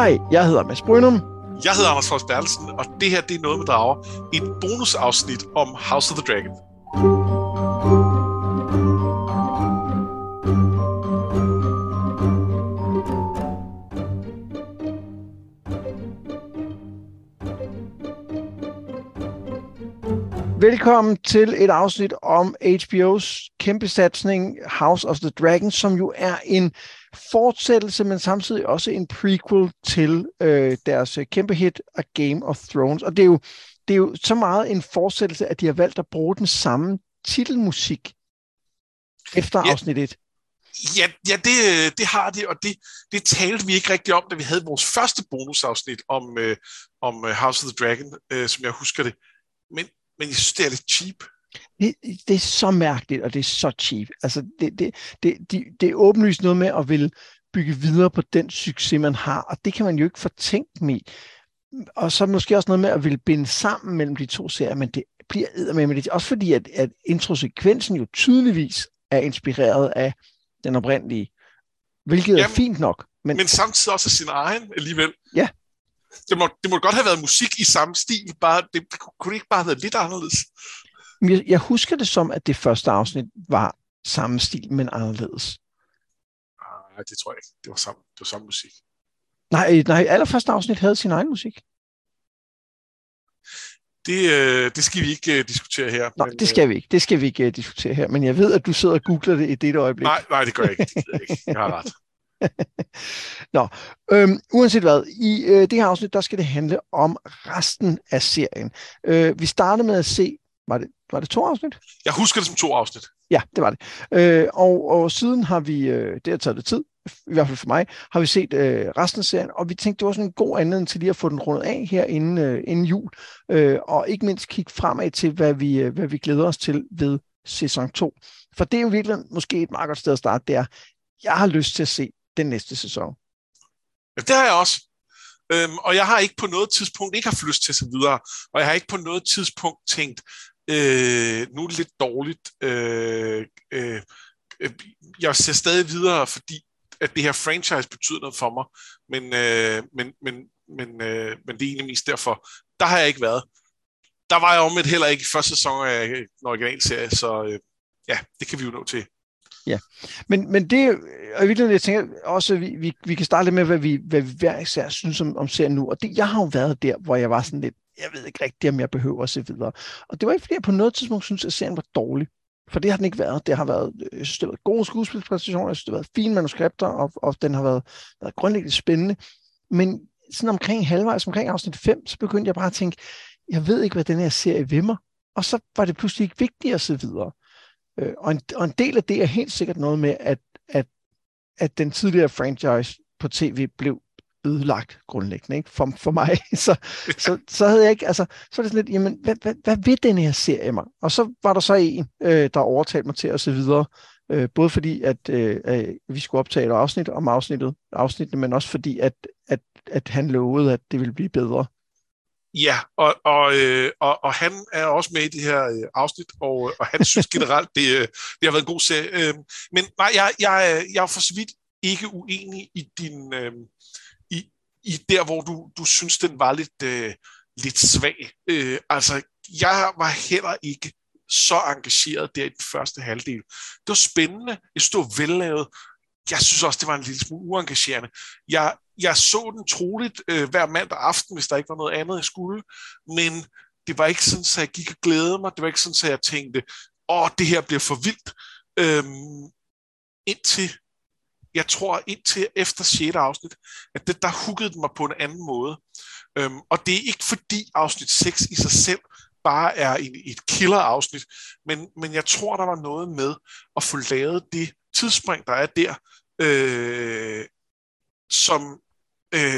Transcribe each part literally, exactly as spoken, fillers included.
Hej, jeg hedder Mads Brynum. Jeg hedder Anders Frost Bertelsen, og det her det er Noget med Drager. Et bonusafsnit om House of the Dragon. Velkommen til et afsnit om H B O's kæmpe satsning House of the Dragon, som jo er en fortsættelse, men samtidig også en prequel til øh, deres kæmpe hit af Game of Thrones. Og det er, jo, det er jo så meget en fortsættelse, at de har valgt at bruge den samme titelmusik efter ja, afsnit et. Ja, ja det, det har de, og det, det talte vi ikke rigtig om, da vi havde vores første bonusafsnit om, øh, om House of the Dragon, øh, som jeg husker det. Men Men jeg synes, det er lidt cheap. Det, det er så mærkeligt, og det er så cheap. Altså, det, det, det, det, det er åbenlyst noget med at ville bygge videre på den succes, man har, og det kan man jo ikke fortænke med. Og så måske også noget med at ville binde sammen mellem de to serier, men det bliver eddermame med det. Også fordi, at, at introsekvensen jo tydeligvis er inspireret af den oprindelige, hvilket Jamen, er fint nok. Men, men samtidig også af sin egen alligevel. Ja. Det må, det må godt have været musik i samme stil, bare, det, det kunne det ikke bare have været lidt anderledes? Jeg, jeg husker det som, at det første afsnit var samme stil, men anderledes. Nej, det tror jeg ikke. Det var samme, det var samme musik. Nej, nej, allerførste afsnit havde sin egen musik. Det, øh, det skal vi ikke uh, diskutere her. Nej, men, det skal vi ikke. Det skal vi ikke uh, diskutere her. Men jeg ved, at du sidder og googler det i dette øjeblik. Nej, nej, det gør jeg ikke. Det jeg, ikke. Jeg har ret. Nå, øhm, uanset hvad, i øh, det her afsnit, der skal det handle om resten af serien. Øh, vi startede med at se, var det, var det to afsnit? Jeg husker det som to afsnit. Ja, det var det. Øh, og, og siden har vi, øh, det har taget lidt tid, i hvert fald for mig, har vi set øh, resten af serien, og vi tænkte, det var sådan en god anledning til lige at få den rundet af her inden, øh, inden jul, øh, og ikke mindst kigge fremad til, hvad vi, øh, hvad vi glæder os til ved sæson to. For det er jo virkelig måske et meget godt sted at starte, det er, jeg har lyst til at se den næste sæson. Ja, det har jeg også. Øhm, og jeg har ikke på noget tidspunkt ikke haft lyst til at se videre. Og jeg har ikke på noget tidspunkt tænkt, øh, nu er det lidt dårligt. Øh, øh, øh, jeg ser stadig videre, fordi at det her franchise betyder noget for mig. Men, øh, men, men, men, øh, men det er egentlig mest derfor. Der har jeg ikke været. Der var jeg om et heller ikke i første sæson af en originalserie, så øh, ja, det kan vi jo nå til. Ja, men, men det er i virkeligheden, jeg tænker også, at vi, vi, vi kan starte lidt med, hvad vi, hvad vi hver især synes om, om serien nu. Og det, jeg har jo været der, hvor jeg var sådan lidt, jeg ved ikke rigtigt, om jeg behøver at se videre. Og det var ikke, fordi jeg på noget tidspunkt synes, at serien var dårlig. For det har den ikke været. Det har været, jeg synes, det har været gode skuespilspræstationer, jeg synes, det har været fine manuskripter, og, og den har været, været grundlæggende spændende. Men sådan omkring halvvejs, omkring afsnit fem, så begyndte jeg bare at tænke, jeg ved ikke, hvad den her serie vil mig. Og så var det pludselig ikke vigtigt at se videre. Og en, og en del af det er helt sikkert noget med, at, at, at den tidligere franchise på tv blev ødelagt grundlæggende, ikke? For, for mig. Så, så, så havde jeg ikke, altså, så var det sådan lidt, jamen, hvad, hvad, hvad vil den her serie mig? Og så var der så en, øh, der overtalte mig til at se videre, øh, både fordi, at øh, vi skulle optage et afsnit om afsnittet, afsnittet, men også fordi, at, at, at han lovede, at det ville blive bedre. Ja, og, og, øh, og, og han er også med i det her øh, afsnit, og, og han synes generelt, det, øh, det har været en god serie. Øh, men nej, jeg, jeg, jeg er for så vidt ikke uenig i din øh, i, i der, hvor du, du synes, den var lidt, øh, lidt svag. Øh, altså, jeg var heller ikke så engageret der i den første halvdel. Det var spændende, jeg synes, det var vellavet. Jeg synes også, det var en lille smule uengagerende. Jeg, jeg så den troligt øh, hver mandag aften, hvis der ikke var noget andet, jeg skulle. Men det var ikke sådan, at jeg gik og glædede mig. Det var ikke sådan, at jeg tænkte, åh, det her bliver for vildt. Øhm, indtil, jeg tror indtil efter sjette afsnit, at det, der huggede den mig på en anden måde. Øhm, og det er ikke fordi afsnit seks i sig selv bare er en, et killer-afsnit, men, men jeg tror, der var noget med at få lavet det tidsspring, der er der, øh, som, øh,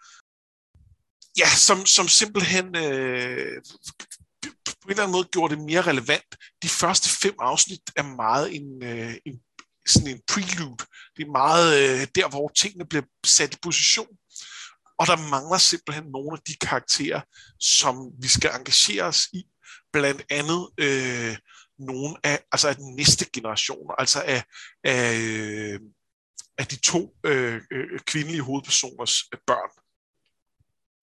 ja, som, som simpelthen øh, på en eller anden måde gjorde det mere relevant. De første fem afsnit er meget en, øh, en, sådan en prelude. Det er meget øh, der, hvor tingene bliver sat i position. Og der mangler simpelthen nogle af de karakterer, som vi skal engagere os i. Blandt andet øh, nogle af, altså af den næste generation, altså af, af, af de to øh, kvindelige hovedpersoners børn.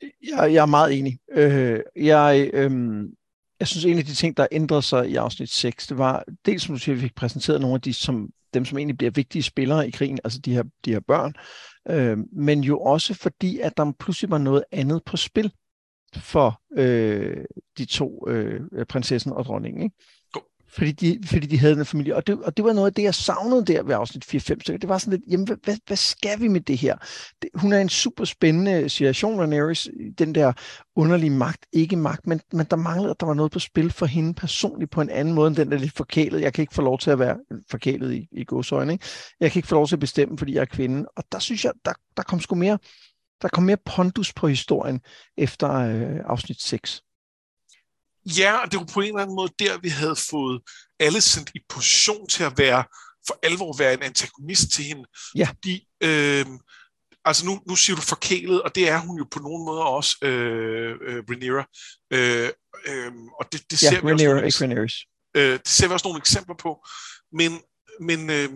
Jeg, jeg er meget enig. Øh, jeg, øh, jeg synes, en af de ting, der ændrede sig i afsnit seks, det var dels, som du siger, vi fik præsenteret nogle af de, som, dem, som egentlig bliver vigtige spillere i krigen, altså de her, de her børn, øh, men jo også fordi, at der pludselig var noget andet på spil for øh, de to, øh, prinsessen og dronningen, ikke? Fordi de, fordi de havde en familie. Og det, og det var noget af det, jeg savnede der ved afsnit fire fem. Det var sådan lidt, jamen, hvad, hvad skal vi med det her? Det, hun er en super spændende situation, Rhaenyra, den der underlige magt, ikke magt, men, men der manglede, at der var noget på spil for hende personligt på en anden måde, end den der lidt forkælet. Jeg kan ikke få lov til at være forkælet i, i godsøjne, ikke? Jeg kan ikke få lov til at bestemme, fordi jeg er kvinde. Og der synes jeg, der, der kom sgu mere, der kom mere pondus på historien efter øh, afsnit seks. Ja, og det var på en eller anden måde der, vi havde fået Alicent i position til at være, for alvor være en antagonist til hende. Ja. Fordi, øh, altså nu, nu siger du forkælet, og det er hun jo på nogen måde også, øh, øh, Rhaenyra. Øh, øh, og det, det, ja, ser vi Rhaenyra, også ikke Rhaenyra. øh, det ser vi også nogle eksempler på. Men, men, øh,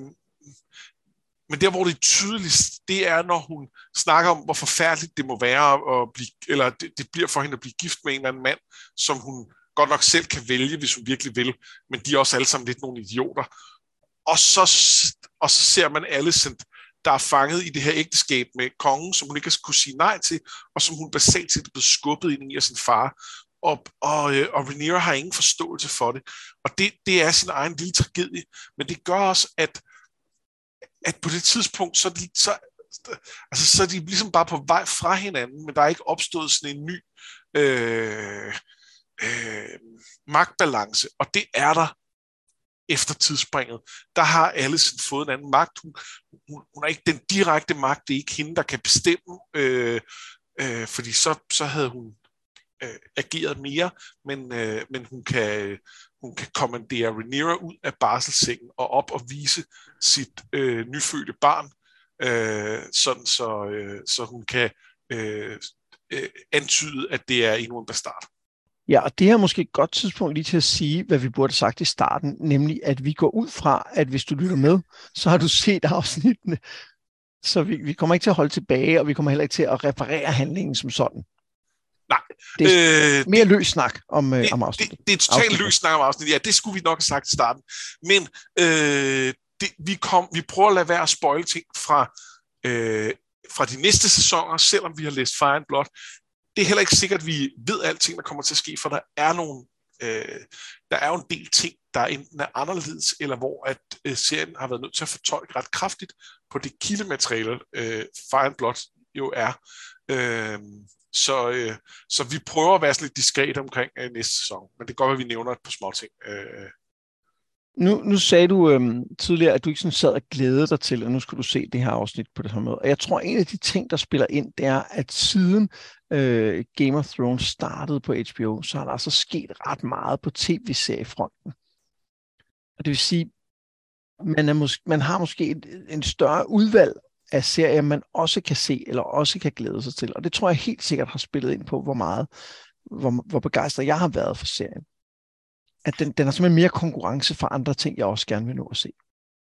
men der, hvor det er tydeligst, det er, når hun snakker om, hvor forfærdeligt det må være at blive, eller det, det bliver for hende at blive gift med en eller anden mand, som hun godt nok selv kan vælge, hvis hun virkelig vil, men de er også alle sammen lidt nogle idioter. Og så, og så ser man Alicent, der er fanget i det her ægteskab med kongen, som hun ikke kunne sige nej til, og som hun basalt set er blevet skubbet ind i af sin far. Og, og, og Rhaenyra har ingen forståelse for det. Og det, det er sin egen lille tragedie, men det gør også, at, at på det tidspunkt, så er, de, så, altså, så er de ligesom bare på vej fra hinanden, men der er ikke opstået sådan en ny øh, Øh, magtbalance, og det er der efter tidsspringet. Der har Alicent fået en anden magt. Hun, hun, hun er ikke den direkte magt, det er ikke hende, der kan bestemme, øh, øh, fordi så, så havde hun øh, ageret mere, men, øh, men hun kan, hun kan kommandere Rhaenyra ud af barselssengen og op og vise sit øh, nyfødte barn, øh, sådan så, øh, så hun kan øh, øh, antyde, at det er endnu en bastard. Ja, og det her er måske et godt tidspunkt lige til at sige, hvad vi burde have sagt i starten, nemlig at vi går ud fra, at hvis du lytter med, så har du set afsnittene. Så vi, vi kommer ikke til at holde tilbage, og vi kommer heller ikke til at reparere handlingen som sådan. Nej. Det er øh, mere løs snak om, det, om afsnittet. Det, det er totalt løs snak om afsnittet. Ja, det skulle vi nok have sagt i starten. Men øh, det, vi, kom, vi prøver at lade være at spoile ting fra, øh, fra de næste sæsoner, selvom vi har læst Fire and Blood. Det er heller ikke sikkert, at vi ved alting, der kommer til at ske, for der er nogle, øh, der er jo en del ting, der enten er anderledes, eller hvor at øh, serien har været nødt til at fortolke ret kraftigt på det kildemateriale, øh, Fire and Blood jo er. Øh, så, øh, så vi prøver at være sådan lidt diskret omkring øh, næste sæson, men det går, at vi nævner et par små ting. Øh. Nu, nu sagde du øhm, tidligere, at du ikke sådan sad og glædede dig til, at nu skulle du se det her afsnit på det her måde. Og jeg tror, en af de ting, der spiller ind, det er, at siden øh, Game of Thrones startede på H B O, så har der altså sket ret meget på tv-seriefronten. Og det vil sige, man, er mås- man har måske et, en større udvalg af serier, man også kan se, eller også kan glæde sig til. Og det tror jeg helt sikkert har spillet ind på, hvor meget, hvor, hvor begejstret jeg har været for serien. At den, den er simpelthen mere konkurrence for andre ting, jeg også gerne vil nå at se.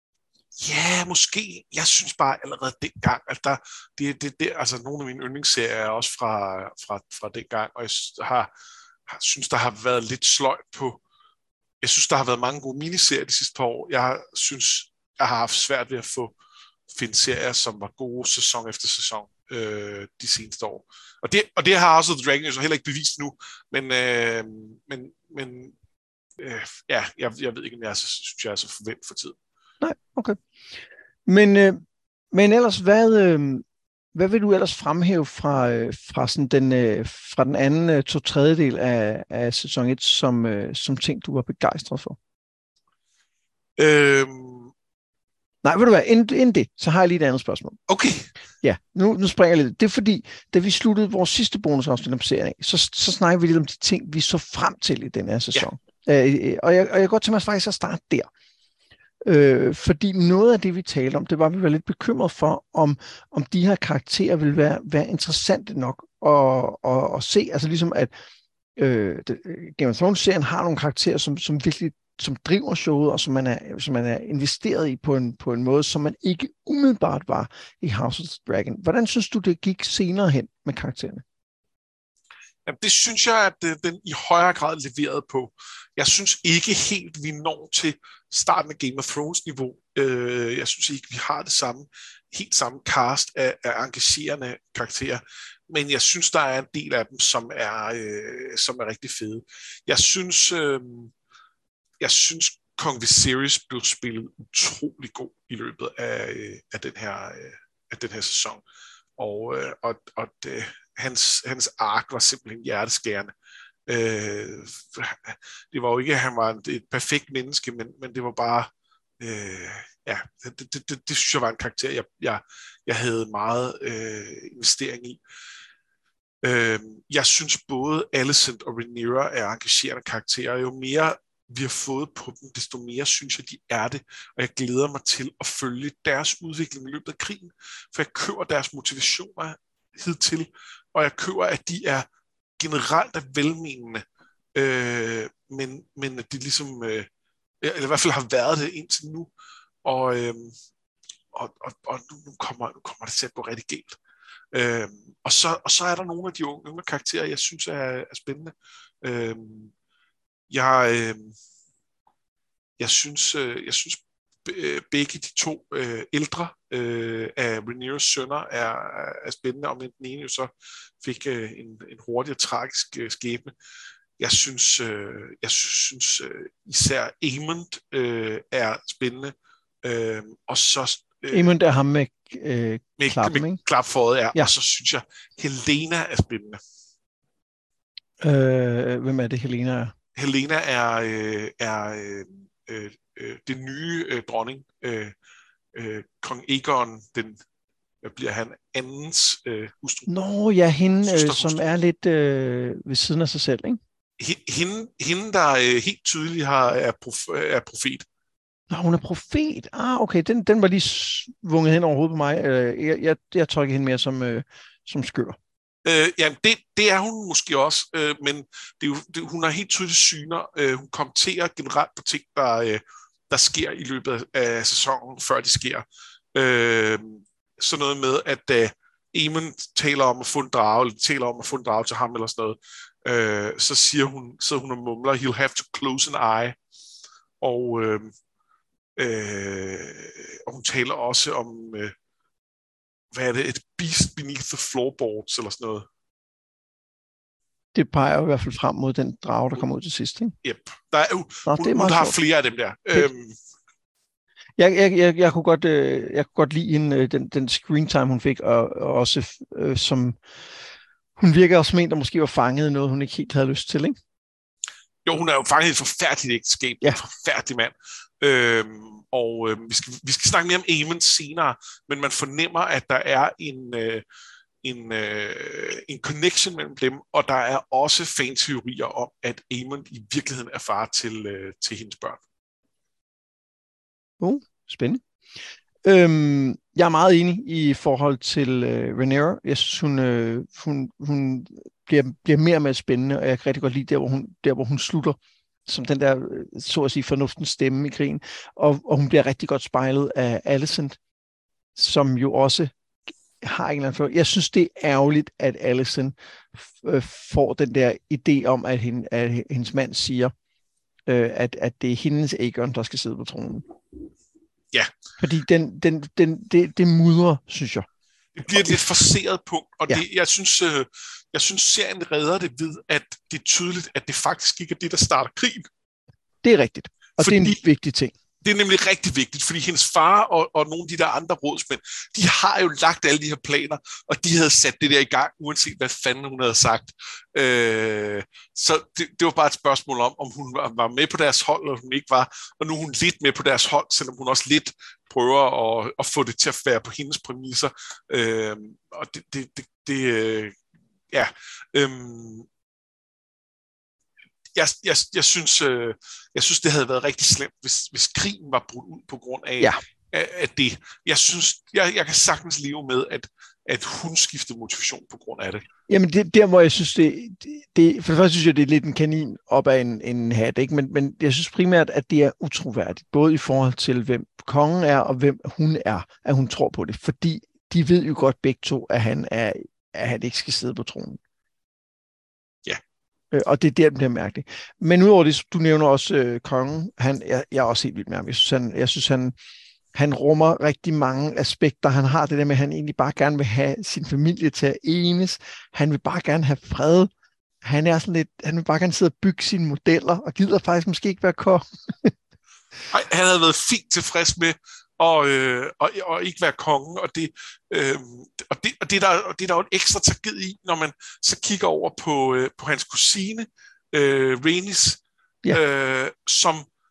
Ja, måske. Jeg synes bare allerede dengang, at der, det, det, det, altså nogle af mine yndlingsserier er også fra, fra, fra dengang, og jeg har, har, synes, der har været lidt sløjt på, jeg synes, der har været mange gode miniserier de sidste par år. Jeg synes, jeg har haft svært ved at få finde serier, som var gode sæson efter sæson øh, de seneste år. Og det, og det har også The Dragon jo heller ikke bevist nu, men, øh, men, men øh, ja, jeg, jeg ved ikke, om jeg er så, synes, jeg er så forvent for tiden. Nej, okay. Men, øh, men ellers, hvad, øh, hvad vil du ellers fremhæve fra, øh, fra, sådan den, øh, fra den anden øh, to tredjedel af, af sæson et, som, øh, som ting, du var begejstret for? Øhm... Nej, vil du være, inden, inden det, så har jeg lige et andet spørgsmål. Okay. Ja, nu, nu springer jeg lidt. Det er fordi, da vi sluttede vores sidste bonusafsnit om serien, så, så snakkede vi lidt om de ting, vi så frem til i den her sæson. Ja. Øh, og, jeg, og jeg kan godt tænke mig faktisk at starte der. Øh, fordi noget af det, vi talte om, det var, at vi var lidt bekymret for, om, om de her karakterer ville være, være interessante nok at, at, at se. Altså ligesom, at øh, Game of Thrones-serien har nogle karakterer, som, som virkelig som driver showet, og som man er, som man er investeret i på en, på en måde, som man ikke umiddelbart var i House of the Dragon. Hvordan synes du, det gik senere hen med karaktererne? Jamen, det synes jeg, at øh, den i højere grad leverede på. Jeg synes ikke helt, vi når til starten af Game of Thrones-niveau. Øh, jeg synes ikke, vi har det samme, helt samme cast af, af engagerende karakterer. Men jeg synes, der er en del af dem, som er, øh, som er rigtig fede. Jeg synes, øh, jeg synes Kong Viserys blev spillet utrolig god i løbet af, øh, af, den, her, øh, af den her sæson. Og, øh, og, og det, hans, hans ark var simpelthen hjerteskærende. Øh, det var jo ikke, at han var et perfekt menneske, men, men det var bare, øh, ja, det, det, det, det synes jeg var en karakter, jeg, jeg, jeg havde meget øh, investering i. Øh, jeg synes både Alicent og Rhaenyra er engagerende karakterer. Jo mere vi har fået på dem, desto mere synes jeg, de er det. Og jeg glæder mig til at følge deres udvikling i løbet af krigen, for jeg køber deres motivationer hidtil, og jeg køber, at de er generelt er velmenende, øh, men, men at de ligesom, øh, eller i hvert fald har været det indtil nu, og, øh, og, og, og nu, nu, kommer, nu kommer det til at gå rigtig galt. Øh, og, så, og så er der nogle af de unge, unge karakterer, jeg synes er, er spændende. Øh, jeg, øh, jeg synes, øh, jeg synes begge de to øh, ældre øh, af Rhaenyras sønner er, er spændende, om den ene jo så fik øh, en, en hurtig og tragisk øh, skæbne. Jeg synes, øh, jeg synes øh, især Aemond øh, er spændende, øh, og så øh, Aemond er ham med, øh, med klappen, med ikke? klapføjet, ja. Ja. Og så synes jeg Helena er spændende. Øh, hvem er det, Helena er? Helena er, øh, er øh, øh, øh, det nye øh, dronning, øh, øh, kong Aegon, den, hvad bliver han, andens øh, hustru. Nå ja, hende, øh, som er lidt øh, ved siden af sig selv, ikke? Hende, hende der øh, helt tydeligt har, er, prof, er profet. Nå, hun er profet. Ah, okay, den, den var lige svunget hen over hovedet på mig. Jeg, jeg, jeg tolker hende mere som, øh, som skør. Øh, ja, det, det er hun måske også, øh, men det er jo, det, hun har helt tydeligt syner. Øh, hun kommenterer generelt på ting, der, øh, der sker i løbet af, af sæsonen, før de sker. Øh, sådan noget med, at øh, Aemon taler om at få en drage, eller taler om at få en drage til ham, eller sådan noget. Øh, så siger hun, så hun og mumler, he'll have to close an eye. Og, øh, øh, og hun taler også om, øh, hvad er det, et beast beneath the floorboards, eller sådan noget. Det peger jo i hvert fald frem mod den drage, der kommer ud til sidst, ikke? Yep. Der er jo, Nå, hun, det er hun har sjovt. flere af dem der. Øhm. Jeg, jeg, jeg, jeg, kunne godt, øh, jeg kunne godt lide hende, den, den screen time, hun fik, og, og også øh, som... Hun virker også som en, der måske var fanget i noget, hun ikke helt havde lyst til, ikke? Jo, hun er jo fanget i et forfærdeligt ægteskab. Ja. En forfærdelig mand. Øhm, og øh, vi, skal, vi skal snakke mere om Aemon senere, men man fornemmer, at der er en, øh, en, øh, en connection mellem dem, og der er også fanteorier om, at Aemon i virkeligheden er far til, øh, til hendes børn. Oh, spændende. Øhm, jeg er meget enig i forhold til øh, Rhaenyra. Jeg synes, hun, øh, hun, hun bliver, bliver mere og mere spændende, og jeg kan rigtig godt lide der, hvor hun, der, hvor hun slutter, som den der, så at sige, fornuftens stemme i krigen. Og, og hun bliver rigtig godt spejlet af Alicent, som jo også har en eller anden for. Jeg synes, det er ærgerligt, at Alicent øh, får den der idé om, at, hende, at hendes mand siger, øh, at, at det er hendes Aegon, der skal sidde på tronen. Ja. Fordi den, den, den, det, det mudrer, synes jeg. Det bliver et lidt forceret punkt, og ja. det, jeg synes, øh, jeg synes, serien redder det ved, at det er tydeligt, at det faktisk ikke er det, der starter krigen. Det er rigtigt, og fordi, det er en vigtig ting. Det er nemlig rigtig vigtigt, fordi hendes far og, og nogle af de der andre rådsmænd, de har jo lagt alle de her planer, og de havde sat det der i gang, uanset hvad fanden hun havde sagt. Øh, så det, det var bare et spørgsmål om, om hun var med på deres hold, eller hun ikke var, og nu er hun lidt med på deres hold, selvom hun også lidt prøver at, at få det til at være på hendes præmisser. Øh, og det, det, det, det øh, ja... Øh, Jeg, jeg, jeg, synes, øh, jeg synes, det havde været rigtig slemt, hvis, hvis krigen var brudt ud på grund af, ja. af, af det. Jeg synes, jeg, jeg kan sagtens leve med, at, at hun skiftede motivation på grund af det. Jamen, det, der hvor jeg synes, det, det... For det første synes jeg, det er lidt en kanin op af en, en hat, ikke? Men, men jeg synes primært, at det er utroværdigt, både i forhold til, hvem kongen er, og hvem hun er, at hun tror på det. Fordi de ved jo godt begge to, at han, er, at han ikke skal sidde på tronen. Øh, og det er der, den bliver mærkelig. Men udover det, du nævner også øh, kongen. Han, jeg, jeg er også helt vild med ham. Jeg synes, han, jeg synes, han, han rummer rigtig mange aspekter. Han har det der med, at han egentlig bare gerne vil have sin familie til at enes. Han vil bare gerne have fred. Han er sådan lidt, han vil bare gerne sidde og bygge sine modeller, og gider faktisk måske ikke være kong. Nej, han havde været fint tilfreds med og, øh, og, og ikke være kongen, og det, øh, og det, og det, der, og det er der jo en ekstra tragedie i, når man så kigger over på, øh, på hans kusine, øh, Rhaenys, ja. øh, som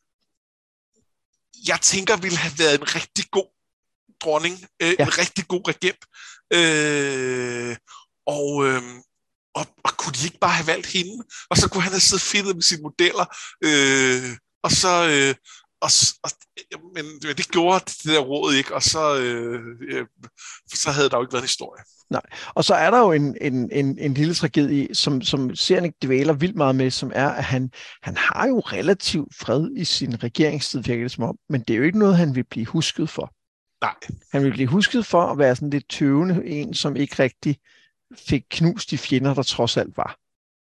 jeg tænker ville have været en rigtig god dronning, øh, ja. en rigtig god regent, øh, og, øh, og, og kunne de ikke bare have valgt hende, og så kunne han have siddet fedtet med sine modeller, øh, og så... Øh, Og, og, men det gjorde det der råd ikke, og så, øh, øh, så havde der jo ikke været en historie. Nej, og så er der jo en, en, en, en lille tragedie, som, som serien ikke dvæler vildt meget med, som er, at han, han har jo relativt fred i sin regeringstid, virker det som om, men det er jo ikke noget, han vil blive husket for. Nej. Han vil blive husket for at være sådan lidt tøvende en, som ikke rigtig fik knust de fjender, der trods alt var.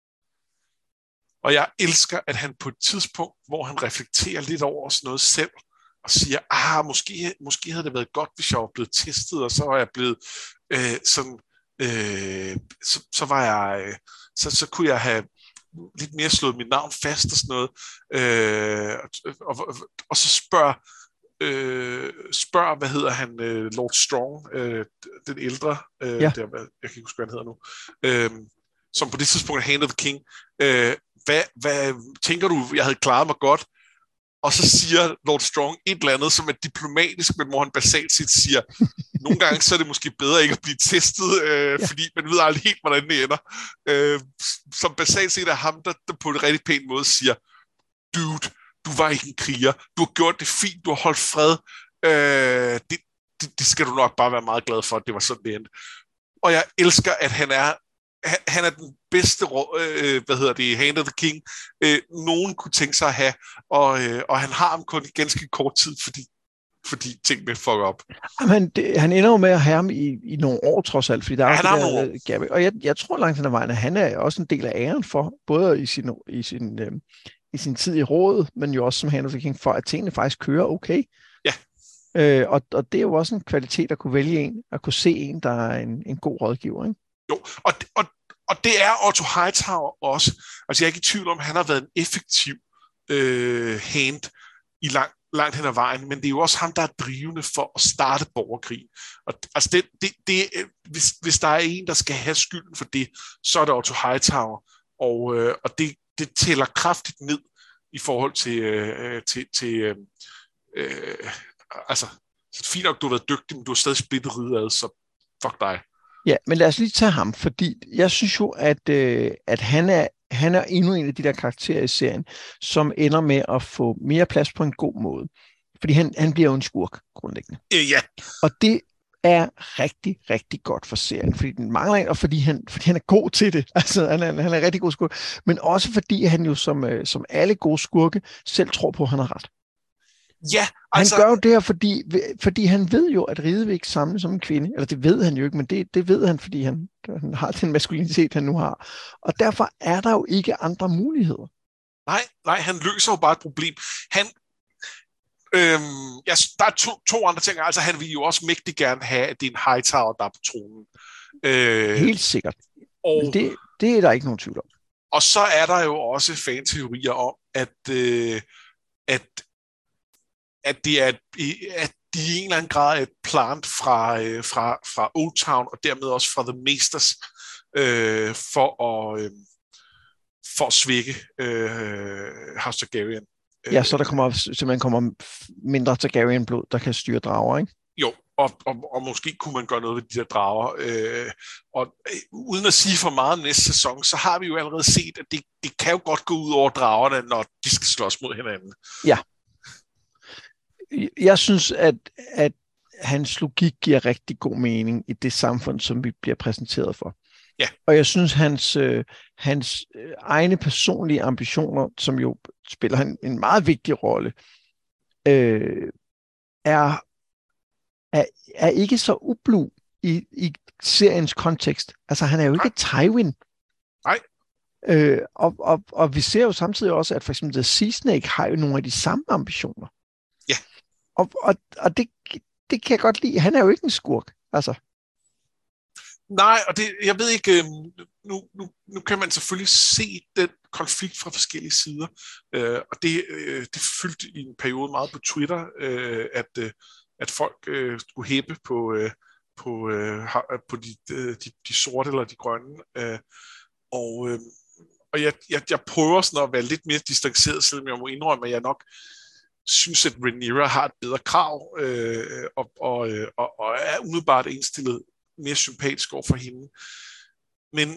Og jeg elsker, at han på et tidspunkt, hvor han reflekterer lidt over sådan noget selv, og siger, ah, måske, måske havde det været godt, hvis jeg var blevet testet, og så var jeg blevet øh, sådan, øh, så, så var jeg, øh, så, så kunne jeg have lidt mere slået mit navn fast og sådan noget, øh, og, og, og så spørger, øh, spørger, hvad hedder han, øh, Lord Strong, øh, den ældre, øh, ja. der, jeg kan ikke huske, hvad han hedder nu, øh, som på det tidspunkt er Hand of the King, øh, Hvad, hvad tænker du, jeg havde klaret mig godt? Og så siger Lord Strong et eller andet, som er diplomatisk, men hvor han basalt set siger, nogle gange så er det måske bedre ikke at blive testet, øh, ja. fordi man ved aldrig helt, hvordan det ender. Øh, som basalt set er ham, der, der på en rigtig pæn måde siger, dude, du var ikke en kriger, du har gjort det fint, du har holdt fred, øh, det, det, det skal du nok bare være meget glad for, at det var sådan det endte. Og jeg elsker, at han er han er den bedste, øh, hvad hedder det, Hand of the King, øh, nogen kunne tænke sig at have, og, øh, og han har ham kun i ganske kort tid, fordi, fordi tingene fucker op. Jamen, det, han ender jo med at have ham i, i nogle år trods alt, fordi der ja, er han har nogle der, år. Og jeg, jeg tror langt hen ad vejen, at han er også en del af æren for, både i sin, i sin, øh, i sin tid i rådet, men jo også som Hand of the King, for at tingene faktisk kører okay. Ja. Øh, og, og det er jo også en kvalitet at kunne vælge en, at kunne se en, der er en, en god rådgiver, ikke? Jo, og, og, og det er Otto Hightower også. Altså jeg er ikke i tvivl om, at han har været en effektiv øh, hand i lang, langt hen ad vejen, men det er jo også ham, der er drivende for at starte borgerkrig. Og, altså det, det, det, hvis, hvis der er en, der skal have skylden for det, så er det Otto Hightower. Og, øh, og det, det tæller kraftigt ned i forhold til, øh, til, til øh, øh, altså fint nok, du har været dygtig, men du har stadig splittet riget ad, så fuck dig. Ja, men lad os lige tage ham, fordi jeg synes jo, at, øh, at han, er, han er endnu en af de der karakterer i serien, som ender med at få mere plads på en god måde. Fordi han, han bliver jo en skurk, grundlæggende. Øh, ja. Og det er rigtig, rigtig godt for serien, fordi den mangler en, og fordi han, fordi han er god til det. Altså, han er, han er en rigtig god skurk. Men også fordi han jo, som, øh, som alle gode skurke, selv tror på, at han har ret. Ja, altså... Han gør jo det her, fordi, fordi han ved jo, at Ride vil ikke samle som en kvinde. Eller det ved han jo ikke, men det, det ved han, fordi han, han har den maskulinitet, han nu har. Og derfor er der jo ikke andre muligheder. Nej, nej, han løser jo bare et problem. Han, øhm, ja, der er to, to andre ting. Altså, han vil jo også mægtig gerne have, at det er en Hightower, der er på tronen. Øh, Helt sikkert. Og, men det, det er der ikke nogen tvivl om. Og så er der jo også fanteorier om, at, øh, at at det er, at de i en eller anden grad er et plant fra, øh, fra, fra Old Town, og dermed også fra The Maesters, øh, for, at, øh, for at svække øh, House Targaryen. Ja, så der kommer simpelthen kommer mindre Targaryen-blod, der kan styre drager, ikke? Jo, og, og, og måske kunne man gøre noget ved de der drager. Øh, og øh, uden at sige for meget om næste sæson, så har vi jo allerede set, at det, det kan jo godt gå ud over dragerne, når de skal slås mod hinanden. Ja. Jeg synes, at, at hans logik giver rigtig god mening i det samfund, som vi bliver præsenteret for. Ja. Og jeg synes, hans, øh, hans øh, egne personlige ambitioner, som jo spiller en, en meget vigtig rolle, øh, er, er, er ikke så ublu i, i seriens kontekst. Altså, han er jo ikke Nej. Tywin. Nej. Øh, og, og, og vi ser jo samtidig også, at for eksempel The Sea Snake har jo nogle af de samme ambitioner. Ja. Og, og, og det, det kan jeg godt lide. Han er jo ikke en skurk. Altså. Nej, og det, jeg ved ikke, nu, nu, nu kan man selvfølgelig se den konflikt fra forskellige sider, øh, og det, øh, det fyldte i en periode meget på Twitter, øh, at, øh, at folk øh, skulle hæppe på, øh, på, øh, på de, de, de sorte eller de grønne, øh, og, øh, og jeg, jeg, jeg prøver sådan at være lidt mere distanceret, selvom jeg må indrømme, at jeg nok synes, at Rhaenyra har et bedre krav, øh, og, og, og, og er umiddelbart indstillet mere sympatisk over for hende. Men,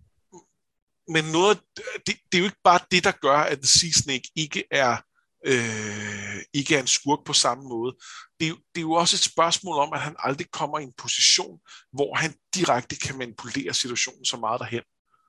men noget, det, det er jo ikke bare det, der gør, at The Sea Snake ikke er, øh, ikke er en skurk på samme måde. Det er, det er jo også et spørgsmål om, at han aldrig kommer i en position, hvor han direkte kan manipulere situationen så meget derhen.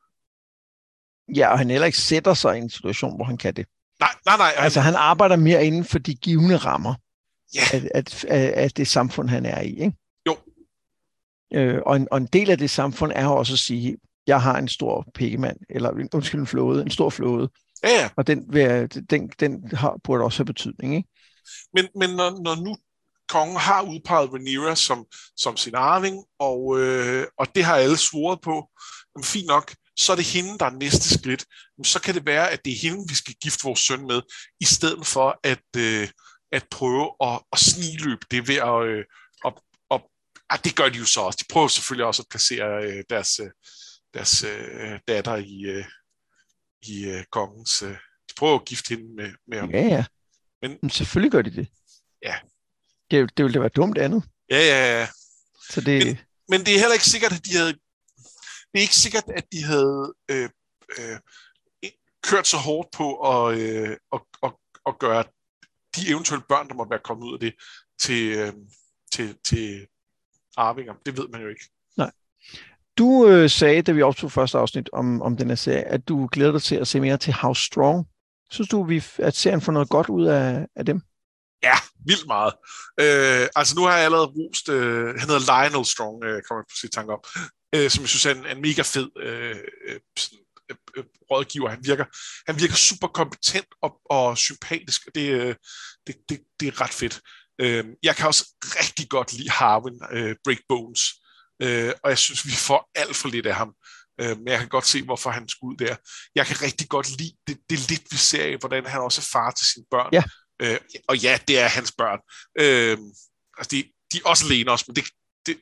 Ja, og han heller ikke sætter sig i en situation, hvor han kan det. Nej, nej, nej. Altså, han arbejder mere inden for de givne rammer ja. af, af, af det samfund, han er i, ikke? Jo. Øh, og, en, og en del af det samfund er også at sige, jeg har en stor pikkemand, eller undskyld, en flåde, en stor flåde. Ja, ja. Og den, vil, den, den har, burde også have betydning, ikke? Men, men når, når nu kongen har udpeget Rhaenyra som, som sin arving, og, øh, og det har alle svoret på, men fint nok, så er det hende, der er næste skridt. Men så kan det være, at det er hende, vi skal gifte vores søn med, i stedet for at, øh, at prøve at, at snigløbe det ved at... Øh, op, op, ah, det gør de jo så også. De prøver selvfølgelig også at placere øh, deres, øh, deres øh, datter i, øh, i øh, kongens... Øh, de prøver at gifte hende med, med ham. Ja, ja. Men, Men selvfølgelig gør de det. Ja. Det, det ville da være dumt andet. Ja, ja, ja. Så det... men, men det er heller ikke sikkert, at de havde... Det er ikke sikkert, at de havde øh, øh, kørt så hårdt på at, øh, at, at, at gøre de eventuelle børn, der måtte være kommet ud af det, til, øh, til, til arvinger. Det ved man jo ikke. Nej. Du øh, sagde, da vi optog første afsnit om, om den her serie, at du glæder dig til at se mere til House Strong. Synes du, at serien får noget godt ud af, af dem? Ja, vildt meget. Øh, altså nu har jeg allerede rost, øh, han hedder Lionel Strong, øh, kommer jeg på sit tanke om, øh, som jeg synes er en, en mega fed øh, øh, øh, rådgiver. Han virker, han virker super kompetent og, og sympatisk, og det, øh, det, det, det er ret fedt. Øh, jeg kan også rigtig godt lide Harwin, øh, Break Bones, øh, og jeg synes, vi får alt for lidt af ham. Øh, men jeg kan godt se, hvorfor han skulle ud der. Jeg kan rigtig godt lide det, det lidt, vi ser af, hvordan han også er far til sine børn. Ja. Øh, og ja, det er hans børn. Øh, altså, de, de er også alene også, men det... det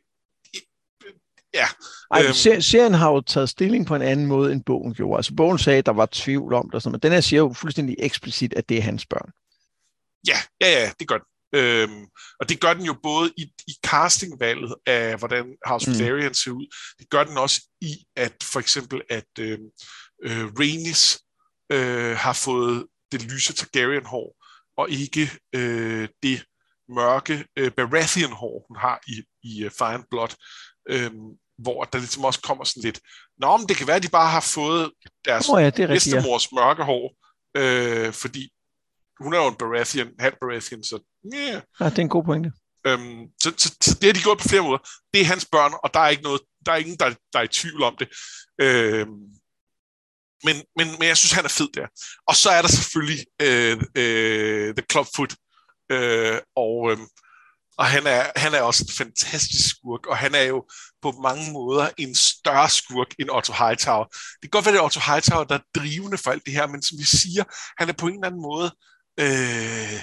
ja. Ej, øhm, serien har jo taget stilling på en anden måde, end bogen gjorde. Altså, bogen sagde, at der var tvivl om det, men den her siger jo fuldstændig eksplicit, at det er hans børn. Ja, ja, ja, det gør den. Øhm, og det gør den jo både i, i castingvalget af, hvordan House of Valerian mm. ser ud. Det gør den også i, at for eksempel, at øh, øh, Rhaenys øh, har fået det lyse Targaryen-hår, og ikke øh, det mørke øh, Baratheon-hår, hun har i, i uh, Fire and Blood, øh, hvor der ligesom også kommer sådan lidt, nå, men det kan være, at de bare har fået deres oh, ja, bedstemors mørke hår, øh, fordi hun er jo en Baratheon, halv Baratheon, så yeah. Ja, det er en god pointe. Øhm, så, så, så det har de gjort på flere måder. Det er hans børn, og der er ikke noget, der er ingen, der, der er i tvivl om det. Øhm, men, men, men jeg synes, han er fed der. Og så er der selvfølgelig øh, øh, The Clubfoot, øh, og, øh, og han, er, han er også en fantastisk skurk, og han er jo på mange måder en større skurk end Otto Hightower. Det kan godt være, det er Otto Hightower, der er drivende for alt det her, men som vi siger, han er på en eller anden måde... Øh,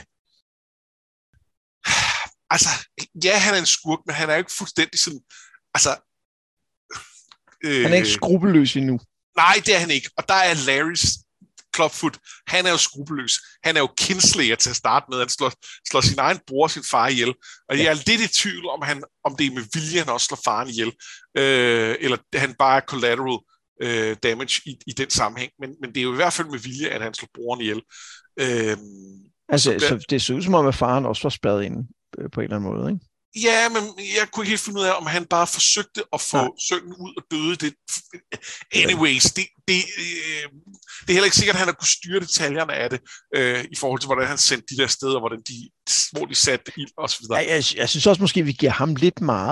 altså, ja, han er en skurk, men han er jo ikke fuldstændig sådan... Altså... Øh, han er ikke skrupelløs endnu. Nej, det er han ikke. Og der er Larrys Clubfoot. Han er jo skrupelløs. Han er jo kinslayer til at starte med. Han slår, slår sin egen bror og sin far ihjel. Og jeg er lidt i tvivl, om, han, om det er med vilje, han også slår faren ihjel. Øh, eller han bare er collateral øh, damage i, i den sammenhæng. Men, men det er jo i hvert fald med vilje, at han slår broren ihjel. Øh, altså, så, der, så det ser ud som om, at faren også var spærret inde på en eller anden måde, ikke? Ja, men jeg kunne ikke helt finde ud af, om han bare forsøgte at få ja. sønnen ud og døde. Det, anyways, det, det, øh, det er heller ikke sikkert, at han har kunnet styre detaljerne af det, øh, i forhold til, hvordan han sendte de der steder, hvordan de, hvor de satte ild og så videre. Ja, jeg, jeg synes også måske, vi giver ham lidt meget.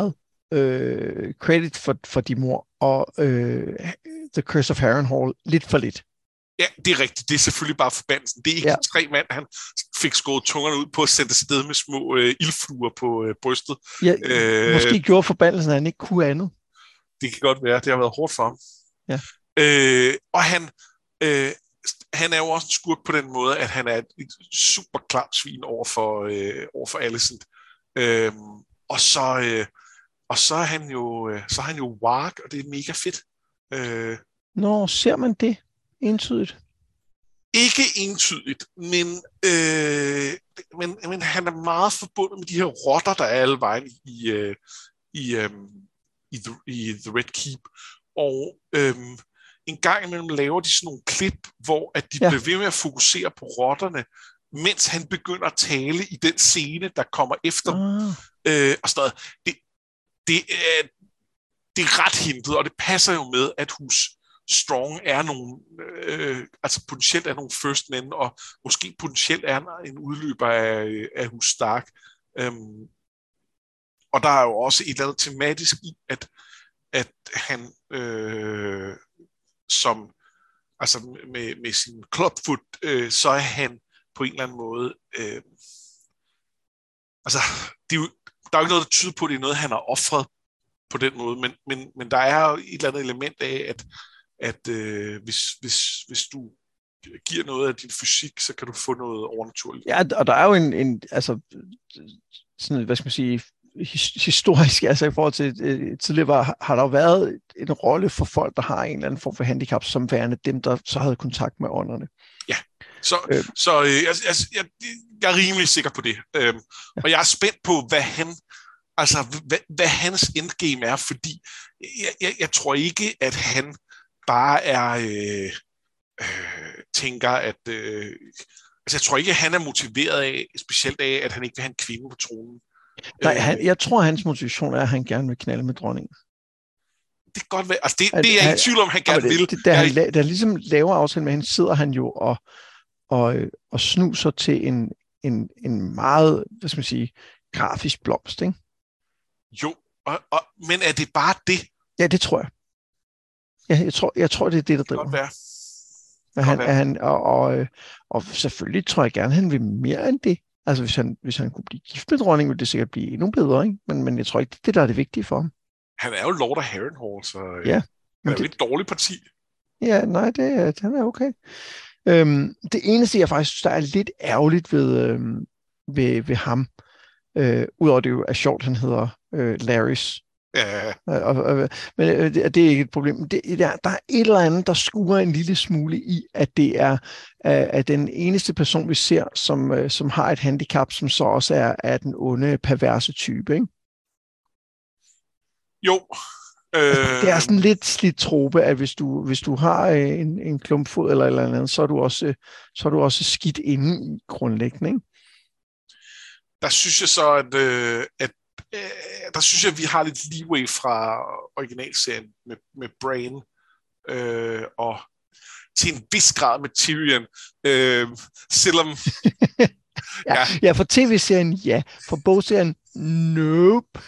øh, credit for, for de mor, og øh, The Curse of Harrenhal lidt for lidt. Ja, det er rigtigt. Det er selvfølgelig bare forbandelsen. Det er ikke ja. de tre mand, han fik skåret tungerne ud på at sætte sted med små øh, ildfluer på øh, brystet. Ja, øh, måske gjorde forbandelsen, at han ikke kunne andet. Det kan godt være. Det har været hårdt for ham. Ja. Øh, og han, øh, han er jo også en skurk på den måde, at han er et super klamt svin over for, øh, over for Alicent. Øh, og så øh, og så er han jo øh, så er han jo warg, og det er mega fedt. Øh, Nå, ser man det entydigt? Ikke entydigt, men, øh, men, men han er meget forbundet med de her rotter, der er alle vejen i, øh, i, øh, i, the, i The Red Keep. Og øh, en gang imellem laver de sådan nogle klip, hvor at de ja. bliver ved med at fokusere på rotterne, mens han begynder at tale i den scene, der kommer efter. Ah. Øh, og sådan det, det, er, det er ret hintet, og det passer jo med, at hus Strong er nogle, øh, altså potentielt er nogle first men, og måske potentielt er en udløber af, af hus Stark. Øhm, og der er jo også et eller andet tematisk i, at, at han øh, som, altså med, med sin clubfoot, øh, så er han på en eller anden måde, øh, altså det er jo, der er jo ikke noget, der tyder på, at det er noget, han har offret på den måde, men, men, men der er jo et eller andet element af, at at øh, hvis, hvis, hvis du giver noget af din fysik, så kan du få noget overnaturligt. Ja, og der er jo en, en altså, sådan, hvad skal man sige, his, historisk, altså i forhold til øh, tidligere, var, har der jo været en rolle for folk, der har en eller anden form for handicap, som værende dem, der så havde kontakt med ånderne. Ja, så, øh. så øh, jeg, jeg, jeg, jeg er rimelig sikker på det. Øhm, ja. Og jeg er spændt på, hvad han, altså, hvad, hvad hans endgame er, fordi jeg, jeg, jeg tror ikke, at han bare er øh, øh, tænker, at øh, altså jeg tror ikke, at han er motiveret af, specielt af, at han ikke vil have en kvinde på tronen. Nej, han, jeg tror, at hans motivation er, at han gerne vil knalde med dronningen. Det kan godt være. Altså det, det er jeg i tvivl om, han gerne det, vil. Det, da, han, da han ligesom laver aftalen med hende, sidder han jo og, og, og snuser til en, en, en meget, hvad skal man sige, grafisk blomst, ikke? Jo, og, og, men er det bare det? Ja, det tror jeg. Ja, jeg tror, jeg tror, det er det, der driver. Det kan godt være. Er han, er han, og, og, og selvfølgelig tror jeg gerne, han vil mere end det. Altså, hvis han, hvis han kunne blive gift med dronningen, ville det sikkert blive endnu bedre, ikke? Men, men jeg tror ikke, det er det, der er det vigtige for ham. Han er jo Lord of Harrenhal, så ja, han er jo det, et dårligt parti. Ja, nej, det er, han er okay. Øhm, det eneste, jeg faktisk synes, der er lidt ærgerligt ved, øhm, ved, ved ham, øh, udover det jo er sjovt, han hedder øh, Larrys. Ja. Og, og, men det, det er ikke et problem. Det, der, der er et eller andet, der skuer en lille smule i, at det er at den eneste person, vi ser, som, som har et handicap, som så også er, er den onde, perverse type, ikke? Jo. Øh... Det er sådan lidt slidt trope, at hvis du, hvis du har en, en klumpfod eller eller andet, så er du også, så er du også skidt inde i grundlæggende, ikke? Der synes jeg så, at, øh, at der synes jeg, at vi har lidt leeway fra originalserien med, med Brain øh, og til en vis grad med Tyrion. Øh, selvom... ja, ja. ja, for tv-serien ja, for bogserien nope.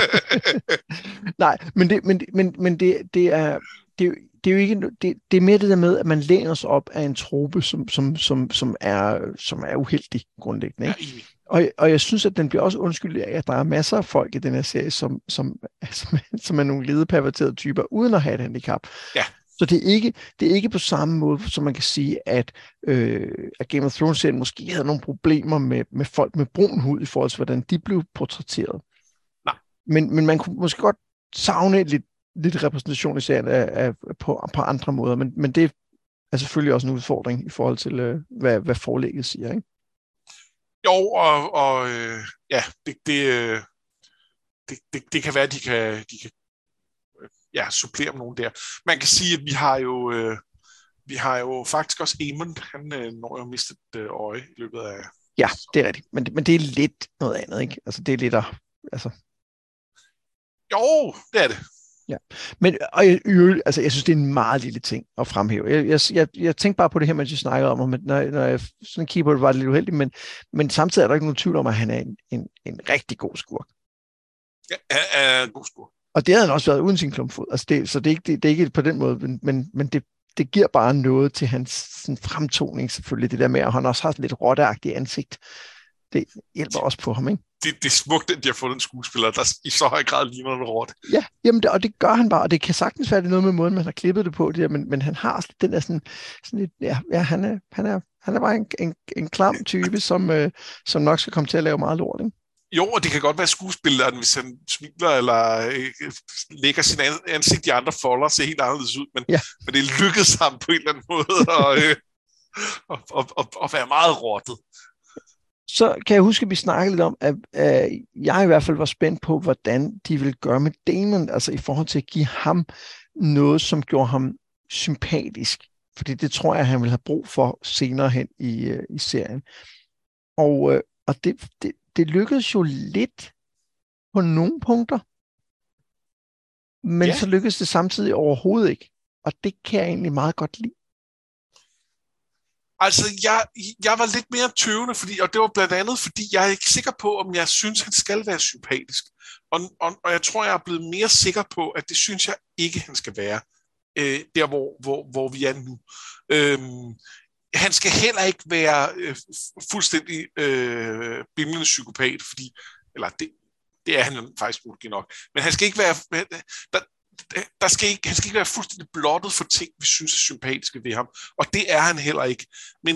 Nej, men det, men, men, men det, det er... Det, det er jo ikke, det, det er mere det der med, at man læner sig op af en trope, som, som, som, som, er, som er uheldig grundlæggende, ikke? Ja, og, og jeg synes, at den bliver også undskyldt af, at der er masser af folk i den her serie, som, som, som, som er nogle ledeperverterede typer, uden at have et handicap. Ja. Så det er, ikke, det er ikke på samme måde, som man kan sige, at, øh, at Game of Thrones-serien måske havde nogle problemer med, med folk med brun hud, i forhold til, hvordan de blev portrætteret. Nej. Men, men man kunne måske godt savne lidt lidt repræsentation i serien af, af, på, på andre måder, men, men det er selvfølgelig også en udfordring i forhold til, øh, hvad, hvad forlægget siger, ikke? Jo, og, og øh, ja, det, det, det, det, det kan være, at de kan, de kan ja, supplere med nogen der. Man kan sige, at vi har jo, øh, vi har jo faktisk også Aemond, han øh, når jo mistet øh, øje i løbet af... Ja, det er rigtigt, men, men det er lidt noget andet, ikke? Altså, det er lidt at... Altså... Jo, det er det. Ja, men og jeg, altså, jeg synes, det er en meget lille ting at fremhæve. Jeg, jeg, jeg, jeg tænkte bare på det her, mens jeg snakkede om, at når, når jeg sådan kigger på det, var det lidt uheldigt, men, men samtidig er der ikke nogen tvivl om, at han er en, en, en rigtig god skurk. Ja, er, er god skurk. Og det havde han også været uden sin klumpfod. Altså det, så det er, ikke, det, det er ikke på den måde, men, men, men det, det giver bare noget til hans sådan, fremtoning selvfølgelig, det der med, at han også har sådan lidt rotteagtigt ansigt. Det hjælper også på ham, ikke? Det, det er smukt, at de har fundet en skuespiller, der i så høj grad ligner en rotte. Ja, jamen det, og det gør han bare, og det kan sagtens være det noget med måden, man har klippet det på, det der, men, men han har den der sådan, sådan lidt, ja, ja han, er, han, er, han er bare en, en, en klam type, som, øh, som nok skal komme til at lave meget lort, ikke? Jo, og det kan godt være skuespilleren, hvis han smiler eller øh, lægger sin ansigt i andre folder, ser helt anderledes ud, men, ja. men det lykkedes ham på en eller anden måde at, øh, at, at, at, at være meget rottet. Så kan jeg huske, at vi snakkede lidt om, at øh, jeg i hvert fald var spændt på, hvordan de ville gøre med Damon, altså i forhold til at give ham noget, som gjorde ham sympatisk. Fordi det tror jeg, han vil have brug for senere hen i, øh, i serien. Og, øh, og det, det, det lykkedes jo lidt på nogle punkter, men ja. Så lykkedes det samtidig overhovedet ikke. Og det kan jeg egentlig meget godt lide. Altså, jeg, jeg var lidt mere tøvende, fordi, og det var blandt andet, fordi jeg er ikke sikker på, om jeg synes, han skal være sympatisk. Og, og, og jeg tror, jeg er blevet mere sikker på, at det synes jeg ikke, han skal være, øh, der hvor, hvor, hvor vi er nu. Øhm, han skal heller ikke være øh, fuldstændig øh, bimlende psykopat, fordi, eller det, det er han jo faktisk måske nok, men han skal ikke være... Der, Der skal ikke, han skal ikke være fuldstændig blottet for ting, vi synes er sympatiske ved ham. Og det er han heller ikke. Men,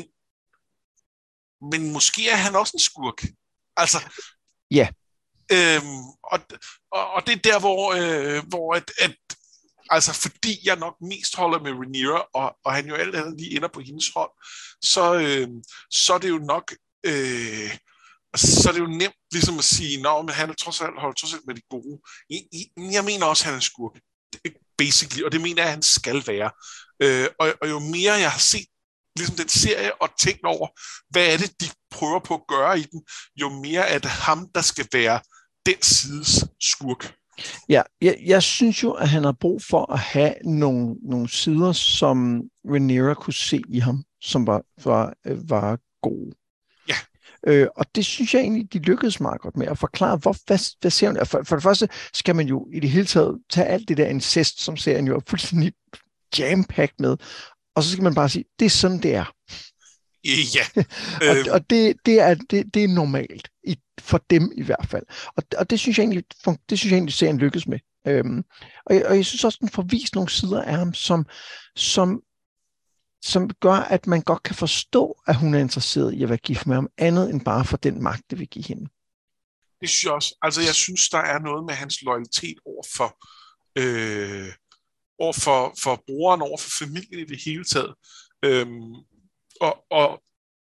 men måske er han også en skurk. Altså, ja. Øhm, og, og, og det er der, hvor, øh, hvor at, at, altså fordi jeg nok mest holder med Rhaenyra, og, og han jo alt andet lige ender på hendes hold, så, øh, så er det jo nok... Øh, så er det jo nemt ligesom at sige, nå, men han er trods alt, holder trods alt med de gode. Jeg mener også, at han er en skurk. Basically, og det mener jeg, at han skal være. Øh, og, og jo mere jeg har set ligesom den serie og tænkt over, hvad er det, de prøver på at gøre i den, jo mere er det ham, der skal være den sides skurk. Ja, jeg, jeg synes jo, at han har brug for at have nogle, nogle sider, som Rhaenyra kunne se i ham, som var, var, var gode. Ja. Øh, og det synes jeg egentlig, de lykkedes meget godt med at forklare, hvor, hvad, hvad ser man? For, for det første skal man jo i det hele taget tage alt det der incest, som serien jo er fuldstændig jam-packed med, og så skal man bare sige, det er sådan, det er. Ja. og og det, det, er, det, det er normalt, i, for dem i hvert fald. Og, og det synes jeg egentlig, det synes jeg egentlig serien lykkes med. Øhm, og, jeg, og jeg synes også, den får vist nogle sider af ham, som, som som gør, at man godt kan forstå, at hun er interesseret i at være gift med ham, andet end bare for den magt, det vil give hende. Det synes jeg også. Altså, jeg synes, der er noget med hans loyalitet over for, øh, over for, for brugeren, over for familien i det hele taget. Øhm, og, og,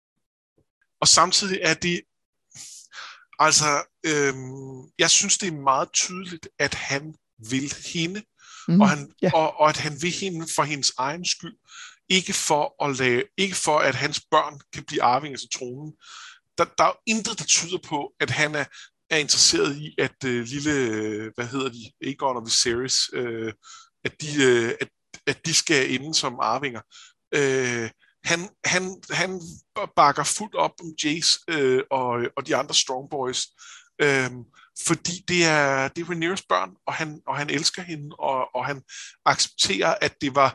og samtidig er det, altså, øhm, jeg synes, det er meget tydeligt, at han vil hende, mm, og, han, yeah. og, og at han vil hende for hendes egen skyld. Ikke for, at lave, ikke for, at hans børn kan blive arvinger til tronen. Der, der er jo intet, der tyder på, at han er, er interesseret i, at øh, lille, øh, hvad hedder de, Aegon og Viserys, øh, at, de, øh, at, at de skal ende som arvinger. Øh, han, han, han bakker fuldt op om Jace øh, og, og de andre Strong Boys, øh, fordi det er, det er Rhaenyras børn, og han, og han elsker hende, og, og han accepterer, at det var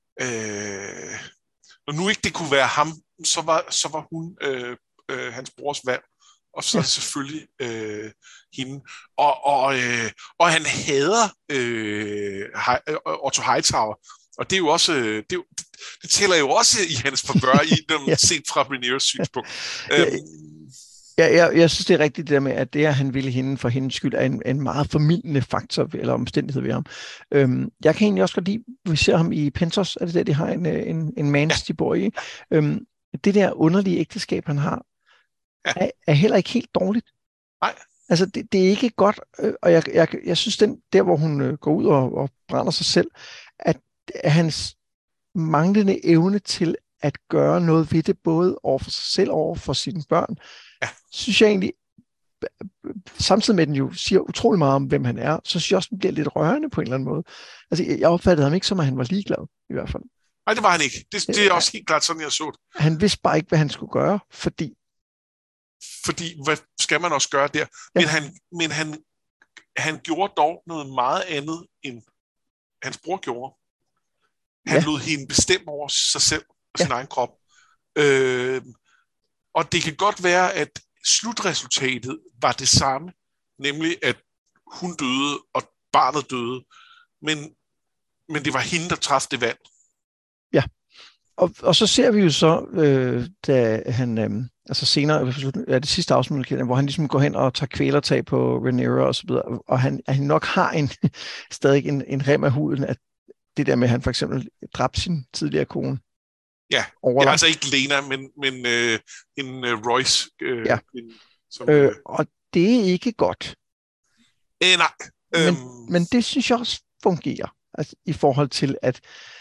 Øh, når nu ikke det kunne være ham, så var, så var hun øh, øh, hans brors valg, og så er det selvfølgelig øh, hende. Og, og, øh, og han hader øh, Otto Hightower, og det er jo også, det, er jo, det tæller jo også i hans favør i dem, ja. Set fra Rhaenyras synspunkt. Ja. Øhm, Ja, jeg, jeg synes, det er rigtigt det der med, at det, at han ville hende for hendes skyld, er en, en meget formildende faktor eller omstændighed ved ham. Øhm, jeg kan egentlig også godt lide, vi ser ham i Pentos, er det der, de har en, en, en mans, de bor i. Øhm, det der underlige ægteskab, han har, ja. er, er heller ikke helt dårligt. Nej. Altså, det, det er ikke godt, øh, og jeg, jeg, jeg synes, den, der hvor hun øh, går ud og, og brænder sig selv, at, at hans manglende evne til at gøre noget ved det, både over for sig selv og over for sine børn, ja. Synes jeg egentlig, samtidig med at den jo siger utrolig meget om, hvem han er, så synes jeg også, den bliver lidt rørende på en eller anden måde. Altså, jeg opfattede ham ikke som, at han var ligeglad, i hvert fald. Nej, det var han ikke. Det, det er også helt klart sådan, jeg så det. Han vidste bare ikke, hvad han skulle gøre, fordi... Fordi, hvad skal man også gøre der? Ja. Men, han, men han han gjorde dog noget meget andet, end hans bror gjorde. Han Ja. lod hende bestemme over sig selv og sin Ja. egen krop. Øh, og det kan godt være, at slutresultatet var det samme, nemlig at hun døde, og barnet døde. Men, men det var hende, der træffede det valg. Ja, og, og så ser vi jo så, øh, da han, øh, altså senere, ja, det sidste afsnit, hvor han ligesom går hen og tager kvælertag på Rhaenyra og så videre, og han, han nok har en, stadig en, en rem af huden, at det der med, at han for eksempel dræbte sin tidligere kone. Ja, ja altså ikke Lena, men, men øh, en uh, Royce. Øh, ja, en, som, øh, og det er ikke godt. Øh, nej. Men, Øhm. men det synes jeg også fungerer, altså, i forhold til, at,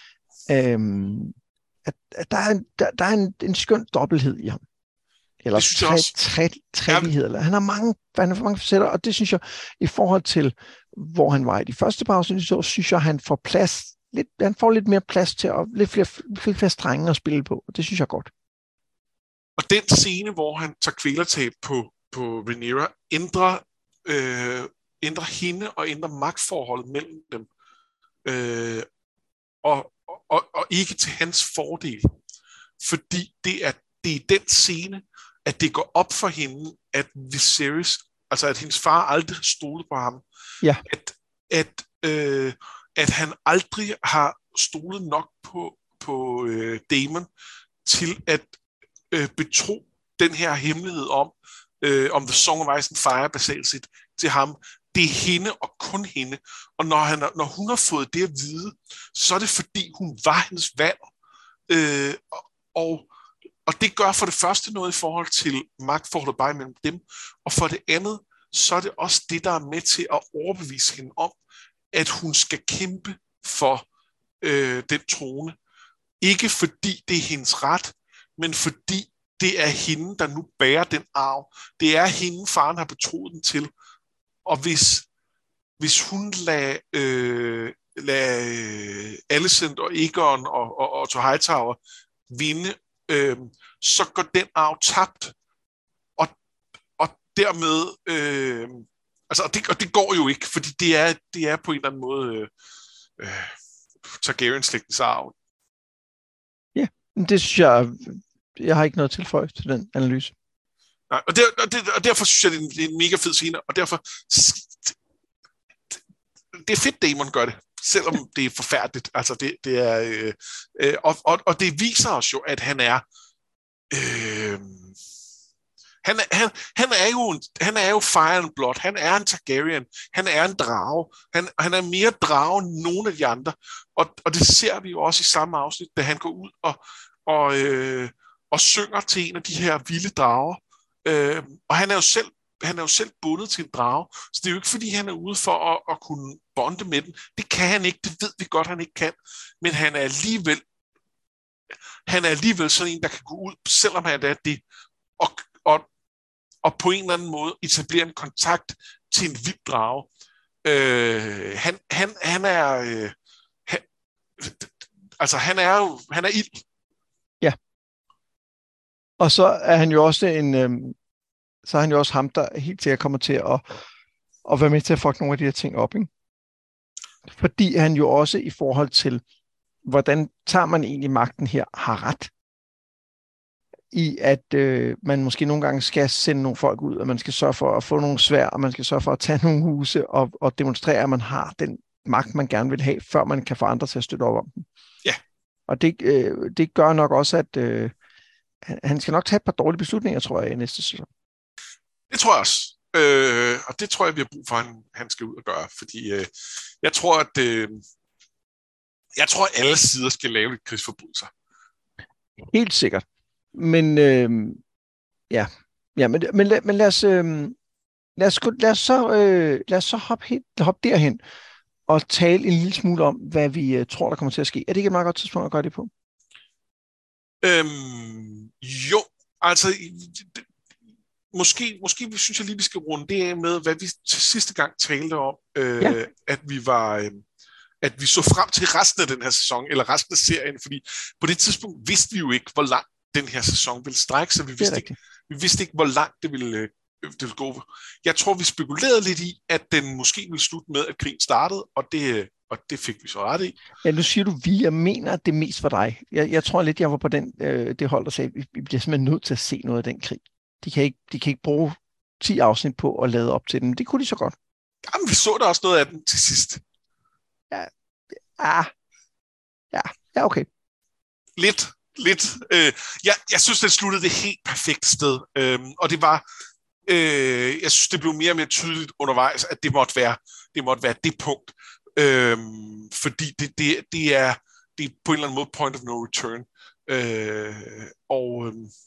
øhm, at, at der er, en, der, der er en, en skøn dobbelthed i ham. Eller træ, træ, trælighed. Eller, han har mange, han har mange facetter, og det synes jeg, i forhold til, hvor han var i de første par afsnit, så synes jeg, han får plads, lidt, han får lidt mere plads til, og lidt flere, lidt flere strenge at spille på, og det synes jeg er godt. Og den scene, hvor han tager kvælertab på, på Rhaenyra, ændrer, øh, ændrer hende og ændrer magtforholdet mellem dem. Øh, og, og, og ikke til hans fordel. Fordi det er, det er den scene, at det går op for hende, at Viserys, altså at hendes far aldrig har stolet på ham. Ja. At, at, øh, at han aldrig har stolet nok på, på øh, Daemon til at øh, betro den her hemmelighed om, øh, om The Song of Ice and Fire basalt set til ham. Det er hende og kun hende. Og når, han, når hun har fået det at vide, så er det fordi, hun var hendes valg. Øh, og, og det gør for det første noget i forhold til magtforholdet bare mellem dem. Og for det andet, så er det også det, der er med til at overbevise hende om, at hun skal kæmpe for øh, den trone. Ikke fordi det er hendes ret, men fordi det er hende, der nu bærer den arv. Det er hende, faren har betroet den til. Og hvis, hvis hun lader, øh, lader Alicent og Aegon og, og, og Otto Hightower vinde, øh, så går den arv tabt. Og, og dermed... Øh, altså, og, det, og det går jo ikke, fordi det er, det er på en eller anden måde øh, øh, Targaryen-slægtens arv. Ja, det synes jeg... Jeg har ikke noget tilføje til den analyse. Nej, og, der, og, det, og derfor synes jeg, det er, en, det er en mega fed scene, og derfor det er fedt, Daemon gør det, selvom det er forfærdeligt. Altså det, det er øh, øh, og, og, og det viser os jo, at han er øh, han, han, han er jo han er jo Fire and Blood, han er en Targaryen, han er en drage, han, han er mere drage end nogen af de andre, og, og det ser vi jo også i samme afsnit, da han går ud og, og, øh, og synger til en af de her vilde drager. Øh, og han er jo selv han er jo selv bundet til en drage, så det er jo ikke fordi han er ude for at, at kunne bonde med den. Det kan han ikke, det ved vi godt han ikke kan, men han er alligevel han er alligevel sådan en, der kan gå ud, selvom han er det, og, og, og på en eller anden måde etablere en kontakt til en vild drage. Øh, han, han, han er øh, han, altså han er jo han er ild. Ja. Og så er han jo også en øh... så er han jo også ham, der helt sikkert kommer til at, at være med til at fuck nogle af de her ting op, ikke? Fordi han jo også i forhold til, hvordan tager man egentlig magten her, har ret i, at øh, man måske nogle gange skal sende nogle folk ud, og man skal sørge for at få nogle svær, og man skal sørge for at tage nogle huse, og, og demonstrere, at man har den magt, man gerne vil have, før man kan få andre til at støtte op om den. Ja. Og det, øh, det gør nok også, at øh, han skal nok tage et par dårlige beslutninger, tror jeg, i næste sæson. Det tror jeg også. Øh, og det tror jeg, vi har brug for, at han, han skal ud og gøre. Fordi øh, jeg tror, at øh, jeg tror, at alle sider skal lave lidt krigsforbrydelser. Helt sikkert. Men øh, ja, ja men, men, lad, men lad os, øh, lad os, lad os så, øh, lad os så hoppe, helt, hoppe derhen og tale en lille smule om, hvad vi øh, tror, der kommer til at ske. Er det ikke et meget godt tidspunkt at gøre det på? Øhm, jo, altså... Det, Måske, måske synes jeg lige, vi skal runde det af med, hvad vi til sidste gang talte om, øh, ja. at vi var, øh, at vi så frem til resten af den her sæson, eller resten af serien, fordi på det tidspunkt vidste vi jo ikke, hvor langt den her sæson ville strække sig. Vi vidste ikke, vi vidste ikke, hvor langt det ville det ville gå. Jeg tror, vi spekulerede lidt i, at den måske ville slutte med, at krigen startede, og det, og det fik vi så ret i. Ja, nu siger du vi. Jeg mener, at det er mest for dig. Jeg, jeg tror lidt, jeg var på den, øh, det hold, der sagde, at vi bliver simpelthen nødt til at se noget af den krig. De kan ikke, de kan ikke bruge ti afsnit på at lade op til den. Det kunne de så godt. Jamen, vi så da også noget af den til sidst. Ja, ja, ja, ja okay. Lidt, lidt. Øh, jeg, jeg synes, den sluttede det helt perfekte sted. Øh, og det var, øh, jeg synes, det blev mere og mere tydeligt undervejs, at det måtte være det, måtte være det punkt. Øh, fordi det, det, det, er, det er på en eller anden måde point of no return. Øh, og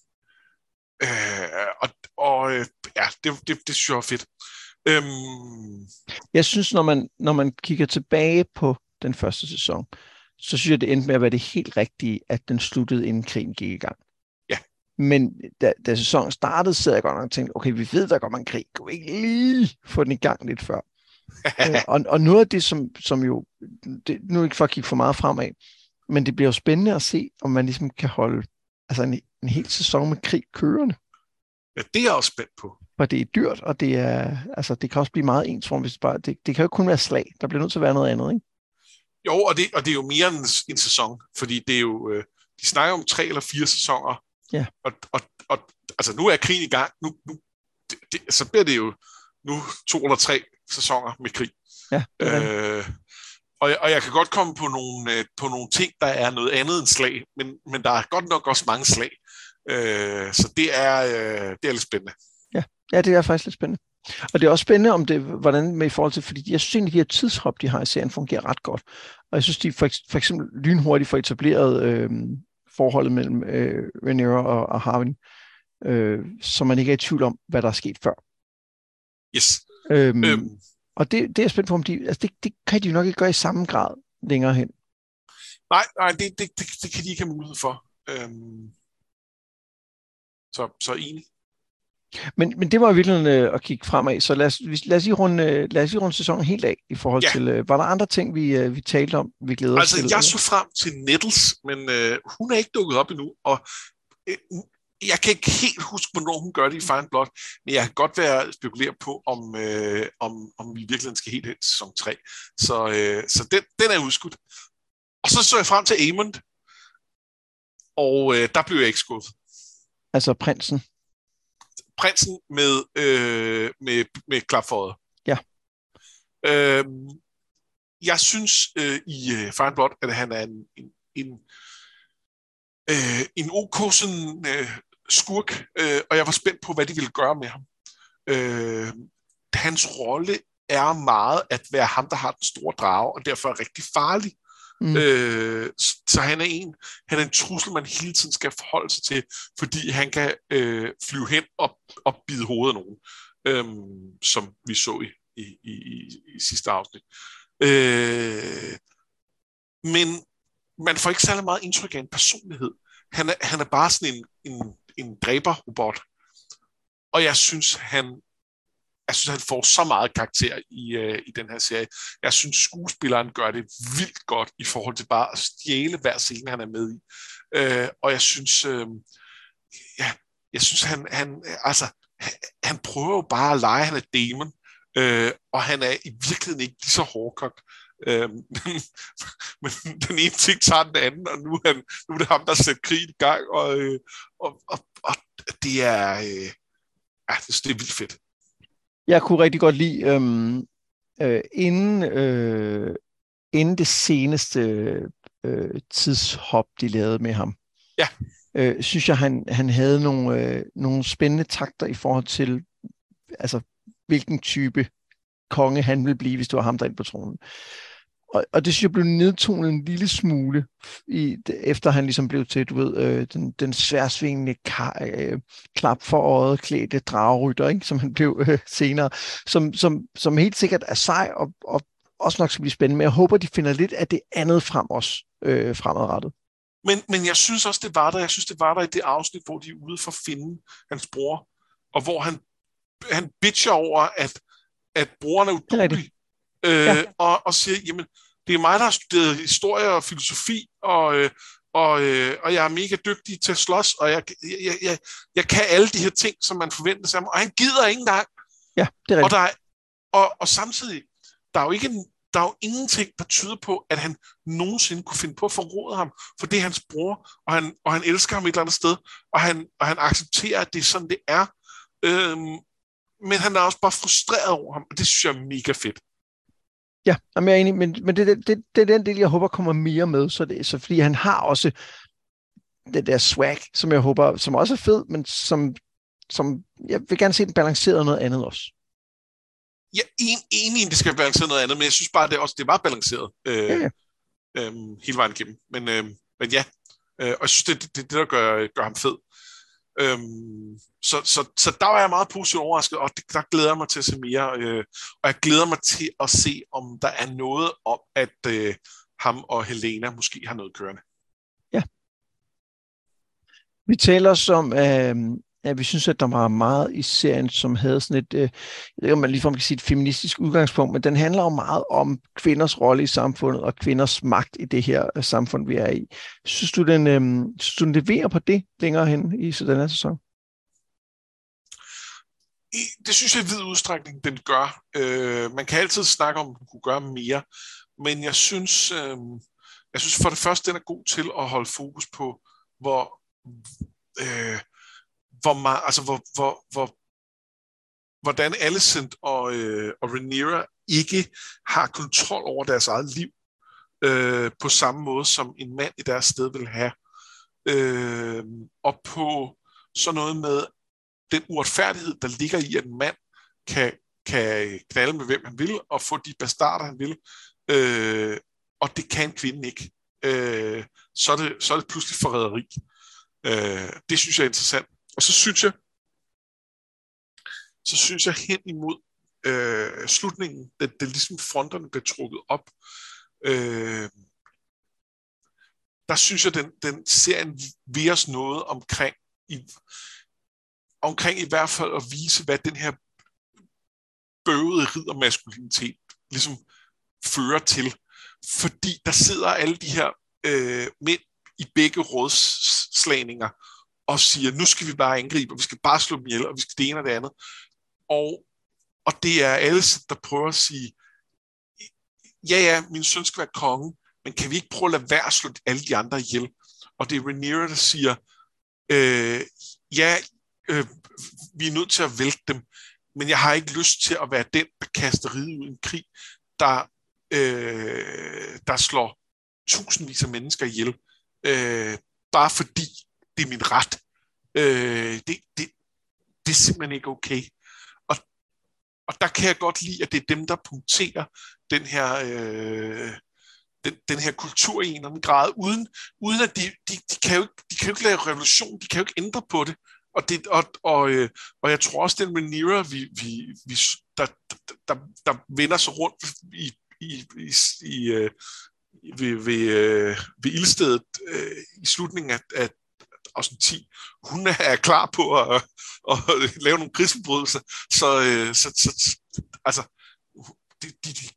øh, og, og ja, det, det, det synes jeg var fedt. Øh, jeg synes, når man, når man kigger tilbage på den første sæson, så synes jeg, det endte med at være det helt rigtige, at den sluttede, inden krigen gik i gang. Ja. Men da, da sæsonen startede, så jeg godt nok og tænkte, okay, vi ved, der kommer en krig. Kan vi ikke lige få den i gang lidt før? øh, og, og noget af det, som, som jo, det, nu ikke for at kigge for meget fremad, men det bliver jo spændende at se, om man ligesom kan holde altså en, en hel sæson med krig kørende. Ja, det er jeg også spændt på. For det er dyrt, og det er, altså det kan også blive meget ensform, hvis det bare, det, det kan jo kun være slag. Der bliver nødt til at være noget andet, ikke? Jo, og det, og det er jo mere end en sæson, fordi det er jo, øh, de snakker om tre eller fire sæsoner, ja. og, og, og altså nu er krigen i gang, nu, nu det, det, så bliver det jo nu to eller tre sæsoner med krig. Ja, øh, og, og jeg kan godt komme på nogle, øh, på nogle ting, der er noget andet end slag, men, men der er godt nok også mange slag, øh, så det er, øh, det er lidt spændende. Ja. ja, det er faktisk lidt spændende. Og det er også spændende, om det, hvordan med i forhold til, fordi jeg synes, at de her tidshop, de har i serien, fungerer ret godt. Og jeg synes, de for, for eksempel lynhurtigt får etableret øh, forholdet mellem øh, Rhaenyra og, og Harwin, øh, så man ikke er i tvivl om, hvad der er sket før. Yes. Øhm, øhm. Og det, det er jeg spændt på, om de, altså det, det kan de jo nok ikke gøre i samme grad længere hen. Nej, nej det, det, det, det kan de ikke have mulighed for. Øhm. Så, så enig. Men, men det var i virkeligheden øh, at kigge fremad, så lad os, lad os lige runde, øh, lad os lige runde sæsonen helt af i forhold ja. til, øh, var der andre ting, vi, øh, vi talte om, vi glæder altså, os til? Altså, jeg så frem til Nettles, men øh, hun er ikke dukket op endnu, og øh, jeg kan ikke helt huske, hvornår hun gør det i Fire Blood, men jeg kan godt være spekulere på, om, øh, om, om vi virkelig skal helt hen til sæson tre. Så, øh, så den, den er udskudt. Og så så jeg frem til Aemond, og øh, der blev jeg ikke skuffet. Altså prinsen? Prinsen med, øh, med, med klapføjet. Ja. Øhm, jeg synes øh, i uh, Fire Blood, at han er en, en, en, øh, en ok sådan, øh, skurk, øh, og jeg var spændt på, hvad de ville gøre med ham. Øh, hans rolle er meget at være ham, der har den store drage, og derfor er rigtig farlig. Mm. Øh, så han er en han er en trussel, man hele tiden skal forholde sig til, fordi han kan øh, flyve hen og, og bide hovedet af nogen, øh, som vi så i, i, i, i sidste afsnit. Øh, men man får ikke særlig meget indtryk af en personlighed. Han er, han er bare sådan en, en, en dræberrobot, og jeg synes han Jeg synes, han får så meget karakter i, øh, i den her serie. Jeg synes, skuespilleren gør det vildt godt i forhold til bare at stjæle hver scene, han er med i. Øh, og jeg synes, øh, ja, jeg synes, han, han, altså, han, han prøver jo bare at lege, han er Daemon, øh, og han er i virkeligheden ikke lige så hårdkogt. Øh, men den ene ting tager den anden, og nu er, han, nu er det ham, der sætter krigen i gang, og, øh, og, og, og det er, øh, ja, det er vildt fedt. Jeg kunne rigtig godt lide, øhm, øh, inden, øh, inden det seneste øh, tidshop, de lavede med ham, ja. øh, synes jeg, han, han havde nogle, øh, nogle spændende takter i forhold til, altså, hvilken type konge han ville blive, hvis du var ham derinde på tronen. Og, og det synes jeg blev nedtonet en lille smule, i, efter han ligesom blev til, du ved, øh, den, den sværsvingende kar, øh, klap for øjet klædte dragerytter, ikke? Som han blev øh, senere, som, som, som helt sikkert er sej, og, og også nok skal blive spændende, men jeg håber, de finder lidt af det andet frem også, øh, fremadrettet. Men, men jeg synes også, det var der. Jeg synes, det var der i det afsnit, hvor de er ude for at finde hans bror, og hvor han, han bitcher over, at, at broren er uduelig. Øh, ja. og, og siger, jamen, det er mig, der har studeret historie og filosofi, og, øh, og, øh, og jeg er mega dygtig til at slås, og jeg, jeg, jeg, jeg kan alle de her ting, som man forventer sig, og han gider ikke engang. Ja, det er rigtigt. Og, der er, og, og samtidig, der er jo ikke en, der er jo ingenting, der tyder på, at han nogensinde kunne finde på at forråde ham, for det er hans bror, og han, og han elsker ham et eller andet sted, og han, og han accepterer, at det er sådan, det er. Øhm, men han er også bare frustreret over ham, og det synes jeg er mega fedt. Ja, jeg er enig, men, men det, det, det, det er den del, jeg håber kommer mere med, så det, så fordi han har også det der swag, som jeg håber, som også er fed, men som, som jeg vil gerne se den balanceret noget andet også. Jeg er en, enig, at det skal balancere noget andet, men jeg synes bare, det er også det er meget balanceret øh, ja, ja. Øh, hele vejen igennem. Men, øh, men ja, øh, og jeg synes, det er det, det, der gør, gør ham fed. Øh, så, så, så der var jeg meget positivt overrasket, og det, der glæder jeg mig til at se mere. Øh, og jeg glæder mig til at se, om der er noget om, at øh, ham og Helena måske har noget kørende. Ja. Vi taler også om, øh, at vi synes, at der var meget i serien, som havde sådan et, øh, jeg ved ikke, om man ligefrem kan sige et feministisk udgangspunkt, men den handler jo meget om kvinders rolle i samfundet og kvinders magt i det her øh, samfund, vi er i. Synes du, den, øh, synes du, den leverer på det længere hen i sådan en sæson? I, det synes jeg i vid udstrækning, den gør. Øh, man kan altid snakke om, at den kunne gøre mere, men jeg synes, øh, jeg synes for det første, den er god til at holde fokus på, hvor øh, hvor meget, altså hvor, hvor, hvor, hvordan Alicent og, øh, og Rhaenyra ikke har kontrol over deres eget liv, øh, på samme måde som en mand i deres sted vil have. Øh, og på sådan noget med den uretfærdighed, der ligger i, at en mand kan, kan knalde med hvem han vil, og få de bastarder, han vil, øh, og det kan en kvinde ikke. Øh, så, er det, så er det pludselig forræderi. Øh, det synes jeg er interessant. Og så synes jeg, så synes jeg hen imod øh, slutningen, at det ligesom fronterne bliver trukket op. Øh, der synes jeg, den, den serien vil os noget omkring i, omkring i hvert fald at vise, hvad den her bøvede riddermaskulinitet ligesom fører til. Fordi der sidder alle de her øh, mænd i begge rådslagninger og siger, nu skal vi bare angribe, og vi skal bare slå dem ihjel, og vi skal det ene og det andet. Og, og det er alle, der prøver at sige, ja, ja, min søn skal være konge, men kan vi ikke prøve at lade være at slå alle de andre ihjel? Og det er Rhaenyra, der siger, øh, ja, øh, vi er nødt til at vælte dem, men jeg har ikke lyst til at være den, der kaster riget ud i en krig, der, øh, der slår tusindvis af mennesker ihjel, øh, bare fordi det er min ret. Øh, det, det, det er simpelthen ikke okay. Og, og der kan jeg godt lide, at det er dem, der punkterer den her, øh, den, den her kultur i en eller anden grad, uden, uden at de, de, de, kan jo ikke, de kan jo ikke lave revolution, de kan jo ikke ændre på det. Og, det, og, og, øh, og jeg tror også, den Rhaenyra, vi, vi, vi, der, der, der vender sig rundt i, i, i, i, øh, ved, ved, øh, ved ildstedet øh, i slutningen af, af afsnit ti, hun er klar på at, at, at lave nogle krigsforbrydelser, så, øh, så, så altså de, de, de,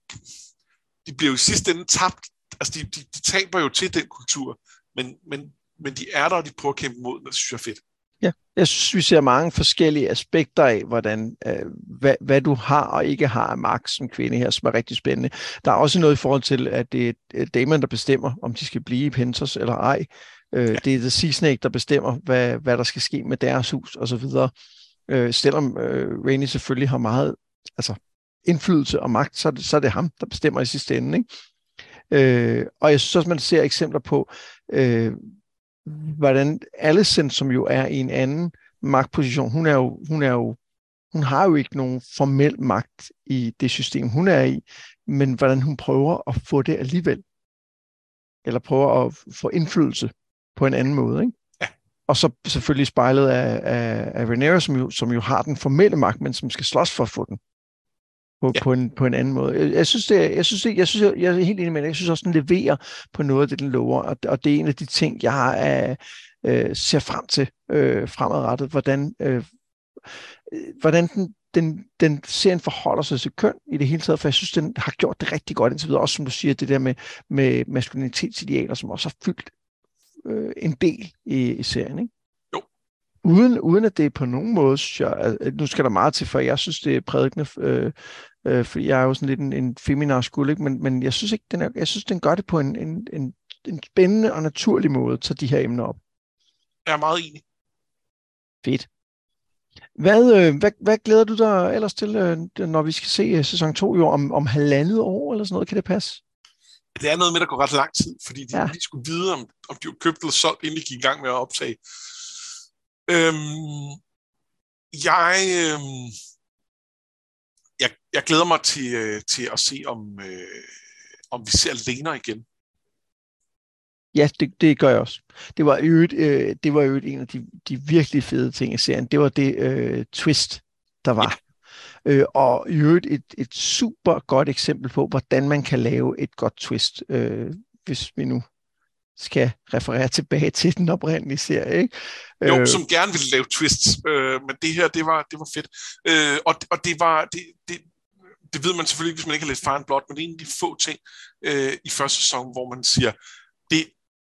de bliver jo i sidste ende tabt, altså de, de, de taber jo til den kultur, men, men, men de er der, og de prøver at kæmpe mod, det synes jeg er fedt. Ja, jeg synes, vi ser mange forskellige aspekter af, hvordan, øh, hvad, hvad du har og ikke har af magt som kvinde her, som er rigtig spændende. Der er også noget i forhold til, at det er Daemon, der bestemmer, om de skal blive i Pentos eller ej. Øh, ja. Det er The Sea Snake, der bestemmer, hvad, hvad der skal ske med deres hus og så videre. Øh, selvom øh, Rhaenys selvfølgelig har meget altså, indflydelse og magt, så er, det, så er det ham, der bestemmer i sidste ende. Ikke? Øh, og jeg synes også, man ser eksempler på, øh, hvordan Alicent, som jo er i en anden magtposition, hun er jo, hun er jo, hun har jo ikke nogen formel magt i det system, hun er i, men hvordan hun prøver at få det alligevel, eller prøver at få indflydelse på en anden måde, ikke? Ja. Og så selvfølgelig spejlet af, af, af Rhaenyra, som jo, som jo har den formelle magt, men som skal slås for at få den på, ja. på, en, på en anden måde. Jeg, jeg synes, det, jeg, synes det, jeg, synes, jeg, jeg er helt enig med det. Jeg synes også, den leverer på noget af det, den lover, og, og det er en af de ting, jeg har, øh, ser frem til øh, fremadrettet, hvordan, øh, hvordan den, den, den serien forholder sig til køn i det hele taget, for jeg synes, den har gjort det rigtig godt indtil videre, også som du siger, det der med, med maskulinitetsidealer, som også har fyldt øh, en del i, i serien, ikke? Jo. Uden, uden at det på nogen måde, synes jeg, at nu skal der meget til, for jeg synes, det er prædikende, øh, øh, fordi jeg er jo sådan lidt en, en feminar skuld, ikke? Men, men jeg synes ikke, den er, jeg synes, den gør det på en, en, en, en spændende og naturlig måde, at tage de her emner op. Jeg er meget enig. Fedt. Hvad, øh, hvad, hvad glæder du dig ellers til, øh, når vi skal se øh, sæson to i år, om, om halvandet år eller sådan noget? Kan det passe? Det er noget med, der går ret lang tid, fordi de, Ja. de skulle vide, om, om de var købt eller solgt, inden de gik i gang med at optage. Øhm, jeg, øhm, jeg, jeg glæder mig til, øh, til at se, om, øh, om vi ser Lena igen. Ja, det, det gør jeg også. Det var jo øh, det var jo en af de, de virkelig fede ting i serien. Det var det øh, twist, der var. Ja. Øh, og i øvrigt et, et super godt eksempel på, hvordan man kan lave et godt twist, øh, hvis vi nu skal referere tilbage til den oprindelige serie, ikke? Jo, øh, som gerne ville lave twists, øh, men det her, det var, det var fedt. Øh, og, og det var, det, det, det ved man selvfølgelig ikke, hvis man ikke har læst Fire and Blood, men det er en af de få ting øh, i første sæson, hvor man siger, det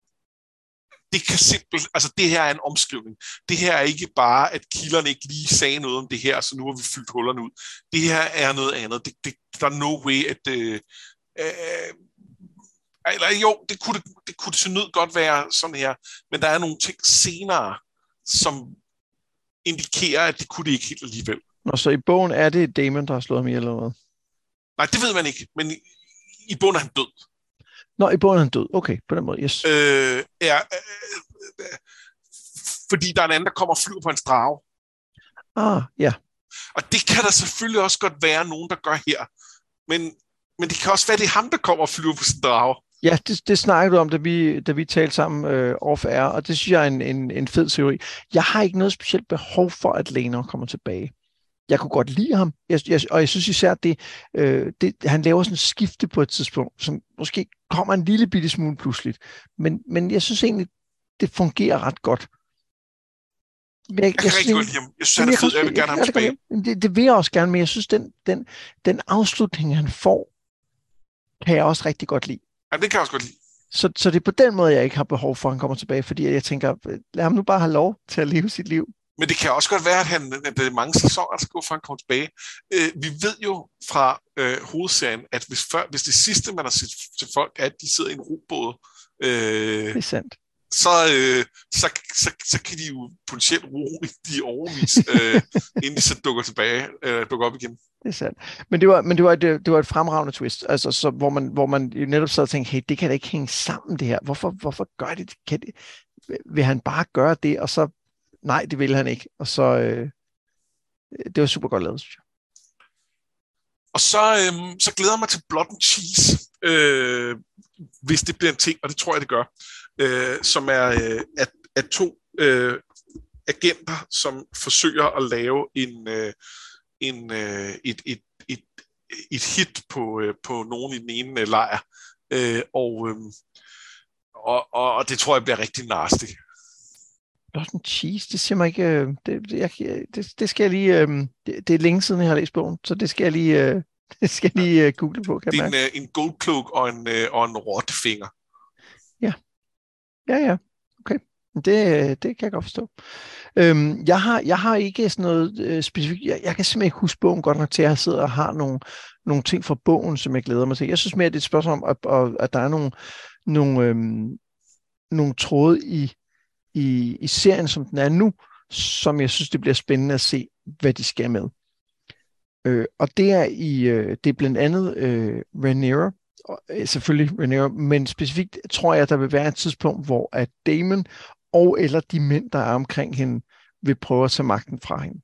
Det kan simpelthen, altså det her er en omskrivning. Det her er ikke bare, at kilderne ikke lige sagde noget om det her, så nu har vi fyldt hullerne ud. Det her er noget andet. Det, det, der er no way, at... Øh, øh, eller jo, det kunne det, det kunne til nød godt være sådan her, men der er nogle ting senere, som indikerer, at det kunne det ikke helt alligevel. Og så i bogen er det Damon, der har slået ham ihjel eller hvad? Nej, det ved man ikke, men i, i bogen er han død. Nå, i bogen er han død. Okay, på den måde, yes. Øh, ja, øh, øh, fordi der er en anden, der kommer og flyver på en drage. Ah, ja. Og det kan der selvfølgelig også godt være nogen, der gør her. Men, men det kan også være, det er ham, der kommer og flyver på sin drage. Ja, det, det snakkede du om, da vi, da vi talte sammen øh, off-air, og det synes jeg er en, en, en fed teori. Jeg har ikke noget specielt behov for, at Lena kommer tilbage. Jeg kunne godt lide ham, jeg, jeg, og jeg synes især, at det, øh, det, han laver sådan et skifte på et tidspunkt, som måske kommer en lille bitte smule pludseligt. Men, men jeg synes egentlig, det fungerer ret godt. Men jeg, jeg, jeg kan rigtig godt lide ham. Jeg synes, han er fed, jeg vil gerne have ham tilbage. Det, det vil jeg også gerne, men jeg synes, den, den, den afslutning, han får, kan jeg også rigtig godt lide. Ja, det kan jeg også godt lide. Så, så det er på den måde, jeg ikke har behov for, at han kommer tilbage, fordi jeg tænker, lad ham nu bare have lov til at leve sit liv. Men det kan også godt være, at, han, at det er mange sæsoner, der skal gå, for han kommer tilbage. Øh, vi ved jo fra øh, hovedserien, at hvis, før, hvis det sidste, man har set til folk, er, at de sidder i en robåd, øh, det er sandt. Så, øh, så, så, så kan de jo potentielt ro i overvis, øh, inden de så dukker tilbage, øh, dukker op igen. Det er sandt. Men det var, men det var, et, det var et fremragende twist, altså, så, hvor, man, hvor man jo netop sad og tænkte, hey, det kan da ikke hænge sammen det her. Hvorfor, hvorfor gør det? Kan det? Vil han bare gøre det, og så nej, det vil han ikke. Og så, øh, det var super godt lavet, synes jeg. Og så, øh, så glæder jeg mig til Blood and Cheese, øh, hvis det bliver en ting, og det tror jeg, det gør. Øh, som er øh, at, at to øh, agenter, som forsøger at lave en, øh, en, øh, et, et, et, et hit på, øh, på nogen i den ene øh, lejr. Øh, og, øh, og, og, og det tror jeg bliver rigtig nasty. Blood and Cheese, det siger mig ikke... Øh, det, jeg, det, det skal jeg lige... Øh, det, det er længe siden, jeg har læst bogen, så det skal jeg lige, øh, det skal jeg lige øh, google på. Kan det er en, øh, en goldcloak og en, øh, og en rottefinger. Ja. Ja, ja. Okay. Det, det kan jeg godt forstå. Øhm, jeg, har, jeg har ikke sådan noget øh, specifikt. Jeg, jeg kan simpelthen ikke huske bogen godt nok til, at jeg sidder og har nogle, nogle ting fra bogen, som jeg glæder mig til. Jeg synes mere, det er et spørgsmål om, at, at der er nogle, nogle, øhm, nogle tråde i, i, i serien, som den er nu, som jeg synes, det bliver spændende at se, hvad de skal med. Øh, og det er, i, øh, det er blandt andet øh, Rhaenyra, selvfølgelig Rhaenyra, men specifikt tror jeg, at der vil være et tidspunkt, hvor at Daemon og eller de mænd, der er omkring hende, vil prøve at tage magten fra hende.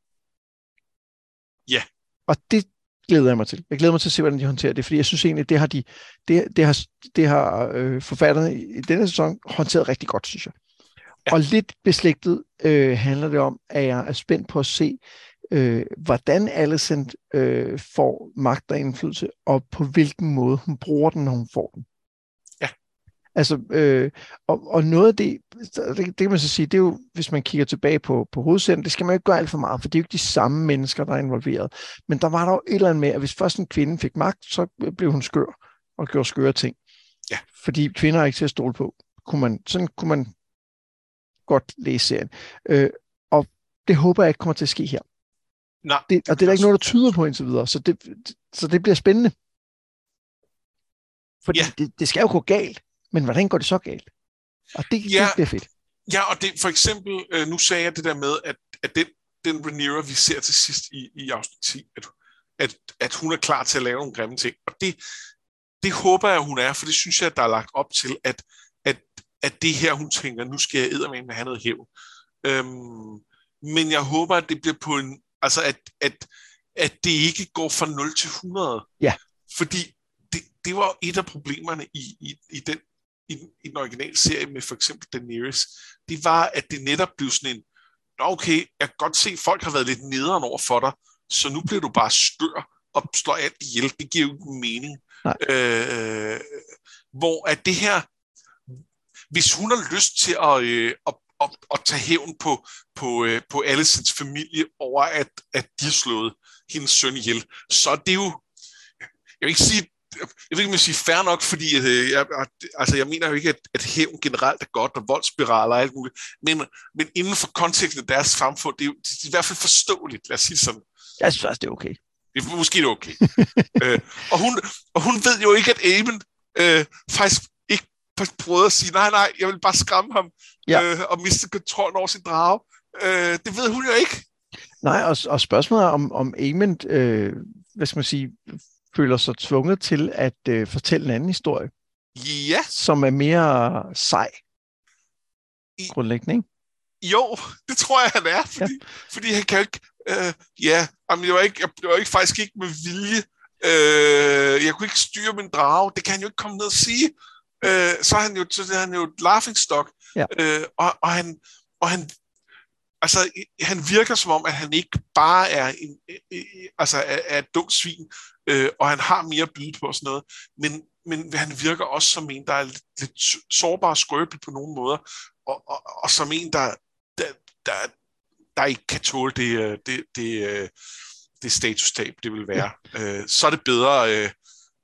Ja. Yeah. Og det glæder jeg mig til. Jeg glæder mig til at se, hvordan de håndterer det, fordi jeg synes egentlig, det har, de, det, det har, det har øh, forfatterne i denne sæson håndteret rigtig godt, synes jeg. Ja. Og lidt beslægtet øh, handler det om, at jeg er spændt på at se, Øh, hvordan Alicent øh, får magt og indflydelse, og på hvilken måde hun bruger den, når hun får den. Ja. Altså, øh, og, og noget af det, det, det kan man så sige, det er jo, hvis man kigger tilbage på, på hovedserien, det skal man jo ikke gøre alt for meget, for det er jo ikke de samme mennesker, der er involveret. Men der var der jo et eller andet med, at hvis først en kvinde fik magt, så blev hun skør, og gjorde skøre ting. Ja. Fordi kvinder er ikke til at stole på. Kunne man, sådan kunne man godt læse serien. Øh, og det håber jeg ikke kommer til at ske her. Nej, det, det og det er der ikke også... noget, der tyder på indtil videre. Så det, så det bliver spændende. Fordi ja. det, det skal jo gå galt. Men hvordan går det så galt? Og det, ja, det bliver fedt. Ja, og det, for eksempel, øh, nu sagde jeg det der med, at, at den, den Rhaenyra, vi ser til sidst i, i afsnit ti, at, at, at hun er klar til at lave nogle grimme ting. Og det, det håber jeg, hun er, for det synes jeg, at der er lagt op til, at, at, at det her, hun tænker, nu skal jeg eddermame have noget hævn. Øhm, men jeg håber, at det bliver på en, altså at, at, at det ikke går fra nul til hundrede. Ja. Fordi det, det var et af problemerne i, i, i den I den, i den originale serie med for eksempel Daenerys, det var, at det netop blev sådan en, okay, jeg kan godt se, at folk har været lidt nederen over for dig, så nu bliver du bare skør og slår alt ihjel. Det giver jo ikke mening. Øh, hvor at det her, hvis hun har lyst til at, øh, at, at, at tage hævn på, på, øh, på Alicents familie over, at, at de har slået hendes søn ihjel, så er det jo, jeg vil ikke sige, jeg ved ikke, om jeg siger fair nok, fordi øh, jeg, altså, jeg mener jo ikke, at, at hævn generelt er godt, og voldsspiraler og alt muligt, men, men inden for konteksten af deres samfund, det er jo det er i hvert fald forståeligt, lad os sige sådan. Jeg synes også, det er okay. Det er måske det er okay. øh, og, hun, og hun ved jo ikke, at Aemon øh, faktisk ikke prøvede at sige, nej, nej, jeg vil bare skræmme ham, ja. øh, og miste kontrollen over sin drage. Øh, det ved hun jo ikke. Nej, og, og spørgsmålet er, om, om Aemon, øh, hvad skal man sige, føler sig tvunget til at øh, fortælle en anden historie. Ja. Som er mere sej. I, grundlæggende, ikke? Jo, det tror jeg, han er, fordi, ja. fordi han kan jo ikke, øh, ja, jamen, jeg var ikke, jeg var ikke faktisk ikke med vilje, øh, jeg kunne ikke styre min drage, det kan han jo ikke komme ned og sige, øh, så er han jo, så er han jo et laughingstock, ja. øh, og, og han, og han, altså, han virker som om, at han ikke bare er en, altså, er, er et dumt svin, øh, og han har mere at byde på og sådan noget, men, men han virker også som en, der er lidt, lidt sårbar og skrøbelig på nogle måder, og, og, og som en, der, der, der, der ikke kan tåle det, det, det, det statustab, det vil være. Ja. Øh, så er det bedre, øh,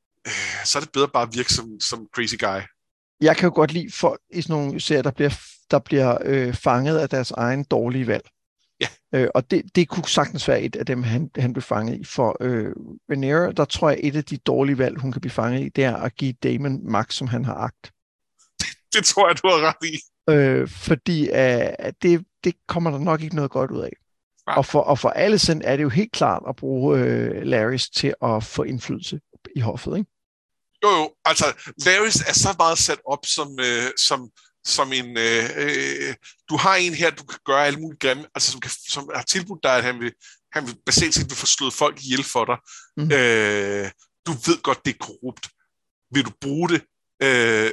så er det bedre bare at virke som, som crazy guy. Jeg kan jo godt lide folk i sådan nogle serier, der bliver, der bliver øh, fanget af deres egen dårlige valg. Ja. Øh, og det, det kunne sagtens være et af dem, han, han blev fanget i. For øh, Rhaenyra, der tror jeg, et af de dårlige valg, hun kan blive fanget i, det er at give Daemon magt, som han har agt. Det tror jeg, du har ret i. Øh, fordi øh, det, det kommer der nok ikke noget godt ud af. Ja. Og for, og for Alicent er det jo helt klart at bruge øh, Larys til at få indflydelse i hoffet, ikke? Jo, jo. Altså, Larys er så meget sat op som, øh, som, som en... Øh, øh, du har en her, du kan gøre alle mulige grimme, altså som, kan, som har tilbudt dig, at han vil, han vil basalt set vil få slået folk ihjel for dig. Mm. Øh, du ved godt, det er korrupt. Vil du bruge det? Øh,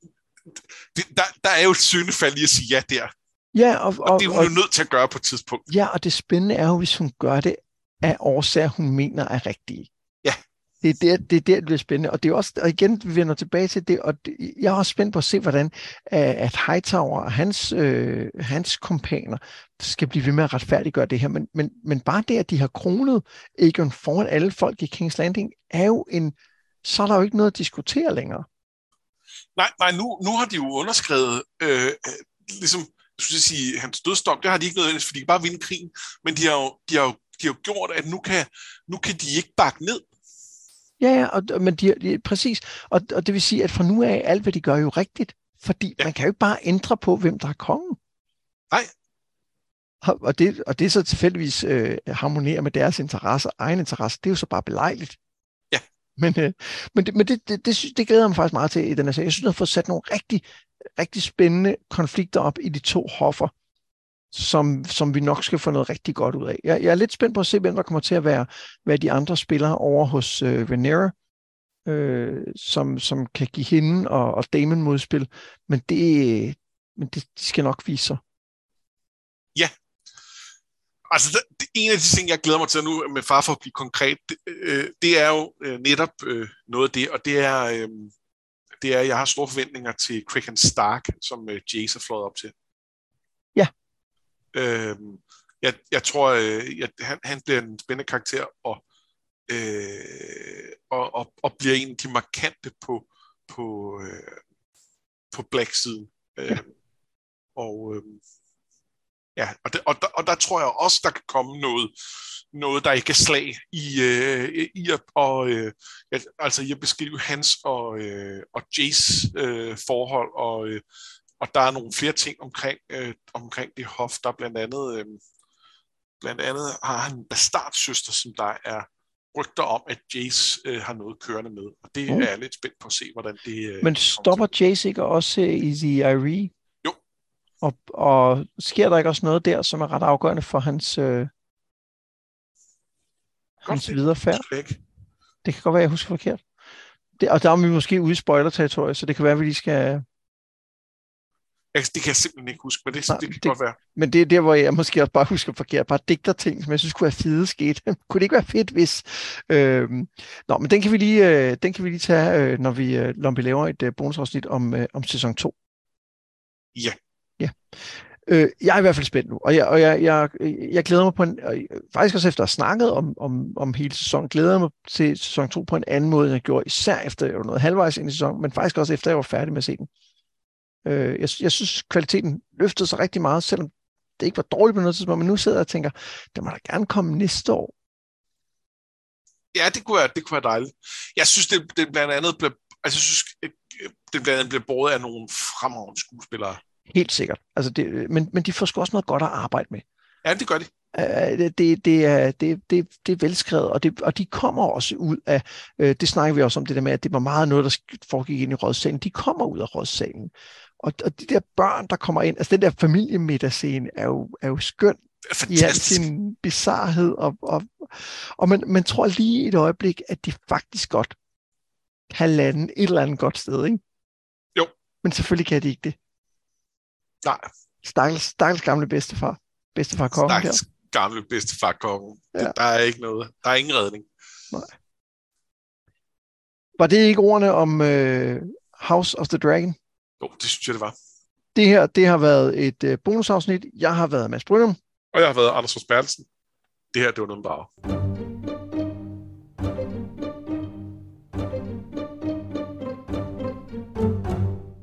det der, der er jo et syndefald i at sige ja der. Ja, og, og, og det er hun og, jo nødt til at gøre på et tidspunkt. Ja, og det spændende er jo, hvis hun gør det af årsager, hun mener er rigtige. Ja. Det er der, det, er der, det bliver spændende. Og det er også, og igen, vi vender tilbage til det, og det, jeg er også spændt på at se, hvordan at Hightower og hans, øh, hans kompaner skal blive ved med at retfærdiggøre det her. Men, men, men bare det, at de har kronet Aegon foran alle folk i King's Landing, er jo en, så er der jo ikke noget at diskutere længere. Nej, nej nu, nu har de jo underskrevet, øh, ligesom, jeg skulle sige, hans dødsdom, det har de ikke noget, for de kan bare vinde krigen, men de har jo, de har jo, de har jo gjort, at nu kan, nu kan de ikke bakke ned. Ja, ja, og, men de, de, præcis. Og, og det vil sige, at fra nu af, alt hvad de gør, er jo rigtigt. Fordi ja. Man kan jo ikke bare ændre på, hvem der er kongen. Nej. Og det, og det så tilfældigvis øh, harmonerer med deres interesser, egen interesse, det er jo så bare belejligt. Ja. Men, øh, men, det, men det, det, det, det glæder jeg mig faktisk meget til i den her sag. Jeg synes, at jeg har fået sat nogle rigtig, rigtig spændende konflikter op i de to hoffer, som, som vi nok skal få noget rigtig godt ud af. Jeg, jeg er lidt spændt på at se, hvem der kommer til at være, være de andre spillere over hos øh, Rhaenyra, øh, som, som kan give hende og, og Daemon modspil, men det, men det de skal nok vise sig. Ja. Altså, det, det, en af de ting, jeg glæder mig til nu, med far for at blive konkret, det, øh, det er jo øh, netop øh, noget af det, og det er, øh, det er, jeg har store forventninger til Cregan Stark, som øh, Jace har flået op til. Ja. Øh, jeg, jeg tror, øh, jeg, han, han bliver en spændende karakter, og, øh, og, og, og bliver en af de markante på, på, øh, på Black-siden. Øh, ja. og, øh, ja, og, det, og, der, og der tror jeg også, der kan komme noget, noget der ikke er slag i, øh, i at, og, øh, altså i at beskrive hans og, øh, og Jays øh, forhold, og, øh, og der er nogle flere ting omkring, øh, omkring det hof, der blandt andet, øh, blandt andet har han en bastardsøster, som der er rygter om, at Jace øh, har noget kørende med, og det mm. er jeg lidt spændt på at se, hvordan det øh, Men stopper Jace ikke også uh, Easy Irene? Jo. Og, og sker der ikke også noget der, som er ret afgørende for hans, øh, hans videre færd? Det kan godt være, jeg husker forkert. Det, og der er vi måske ude i spoiler-territoriet, så det kan være, at vi lige skal... Det kan jeg simpelthen ikke huske, men det, Nej, det kan det, godt være. Men det er der, hvor jeg måske også bare husker forkert. Bare digter ting, som jeg synes kunne være fede sket. Kunne det ikke være fedt, hvis... Øh... Nå, men den kan vi lige, øh, den kan vi lige tage, øh, når, vi, øh, når vi laver et øh, bonusafsnit om, øh, om sæson to. Ja. Ja. Øh, jeg er i hvert fald spændt nu, og jeg, og jeg, jeg, jeg glæder mig på en... Faktisk også efter at have snakket om, om, om hele sæsonen, glæder jeg mig til sæson to på en anden måde, end jeg gjorde, især efter jeg var noget halvvejs ind i sæsonen, men faktisk også efter jeg var færdig med at se den. Øh, jeg, jeg synes, kvaliteten løftede sig rigtig meget, selvom det ikke var dårligt på noget tidspunkt, men nu sidder jeg og tænker, det må da gerne komme næste år. Ja, det kunne være, det kunne være dejligt. Jeg synes, det, det blandt andet blev, altså, jeg synes, det blandt andet blev båret af nogle fremragende skuespillere. Helt sikkert. Altså det, men, men de får sgu også noget godt at arbejde med. Ja, det gør de. Uh, det, det, det, er, det, det, det er velskrevet, og, det, og de kommer også ud af, uh, det snakker vi også om, det der med, at det var meget noget, der foregik ind i rådsalen. De kommer ud af rådsalen. Og, og de der børn, der kommer ind, altså den der familiemiddagsscene er jo, er jo skøn i al sin bizarhed, og, og, og man, man tror lige et øjeblik, at de faktisk godt kan lande et eller andet godt sted, ikke? Jo. Men selvfølgelig kan de ikke det. Nej. Stakkels, stakkels gamle bedstefar. Bedstefar kongen der. Stakkels gamle bedstefar kongen. Ja. Der er ikke noget. Der er ingen redning. Nej. Var det ikke ordene om uh, House of the Dragon? Jo, det synes jeg, det var. Det her, det har været et uh, bonusafsnit. Jeg har været Mads Brynum. Og jeg har været Anders Forsbergelsen. Det her, det var noget bare.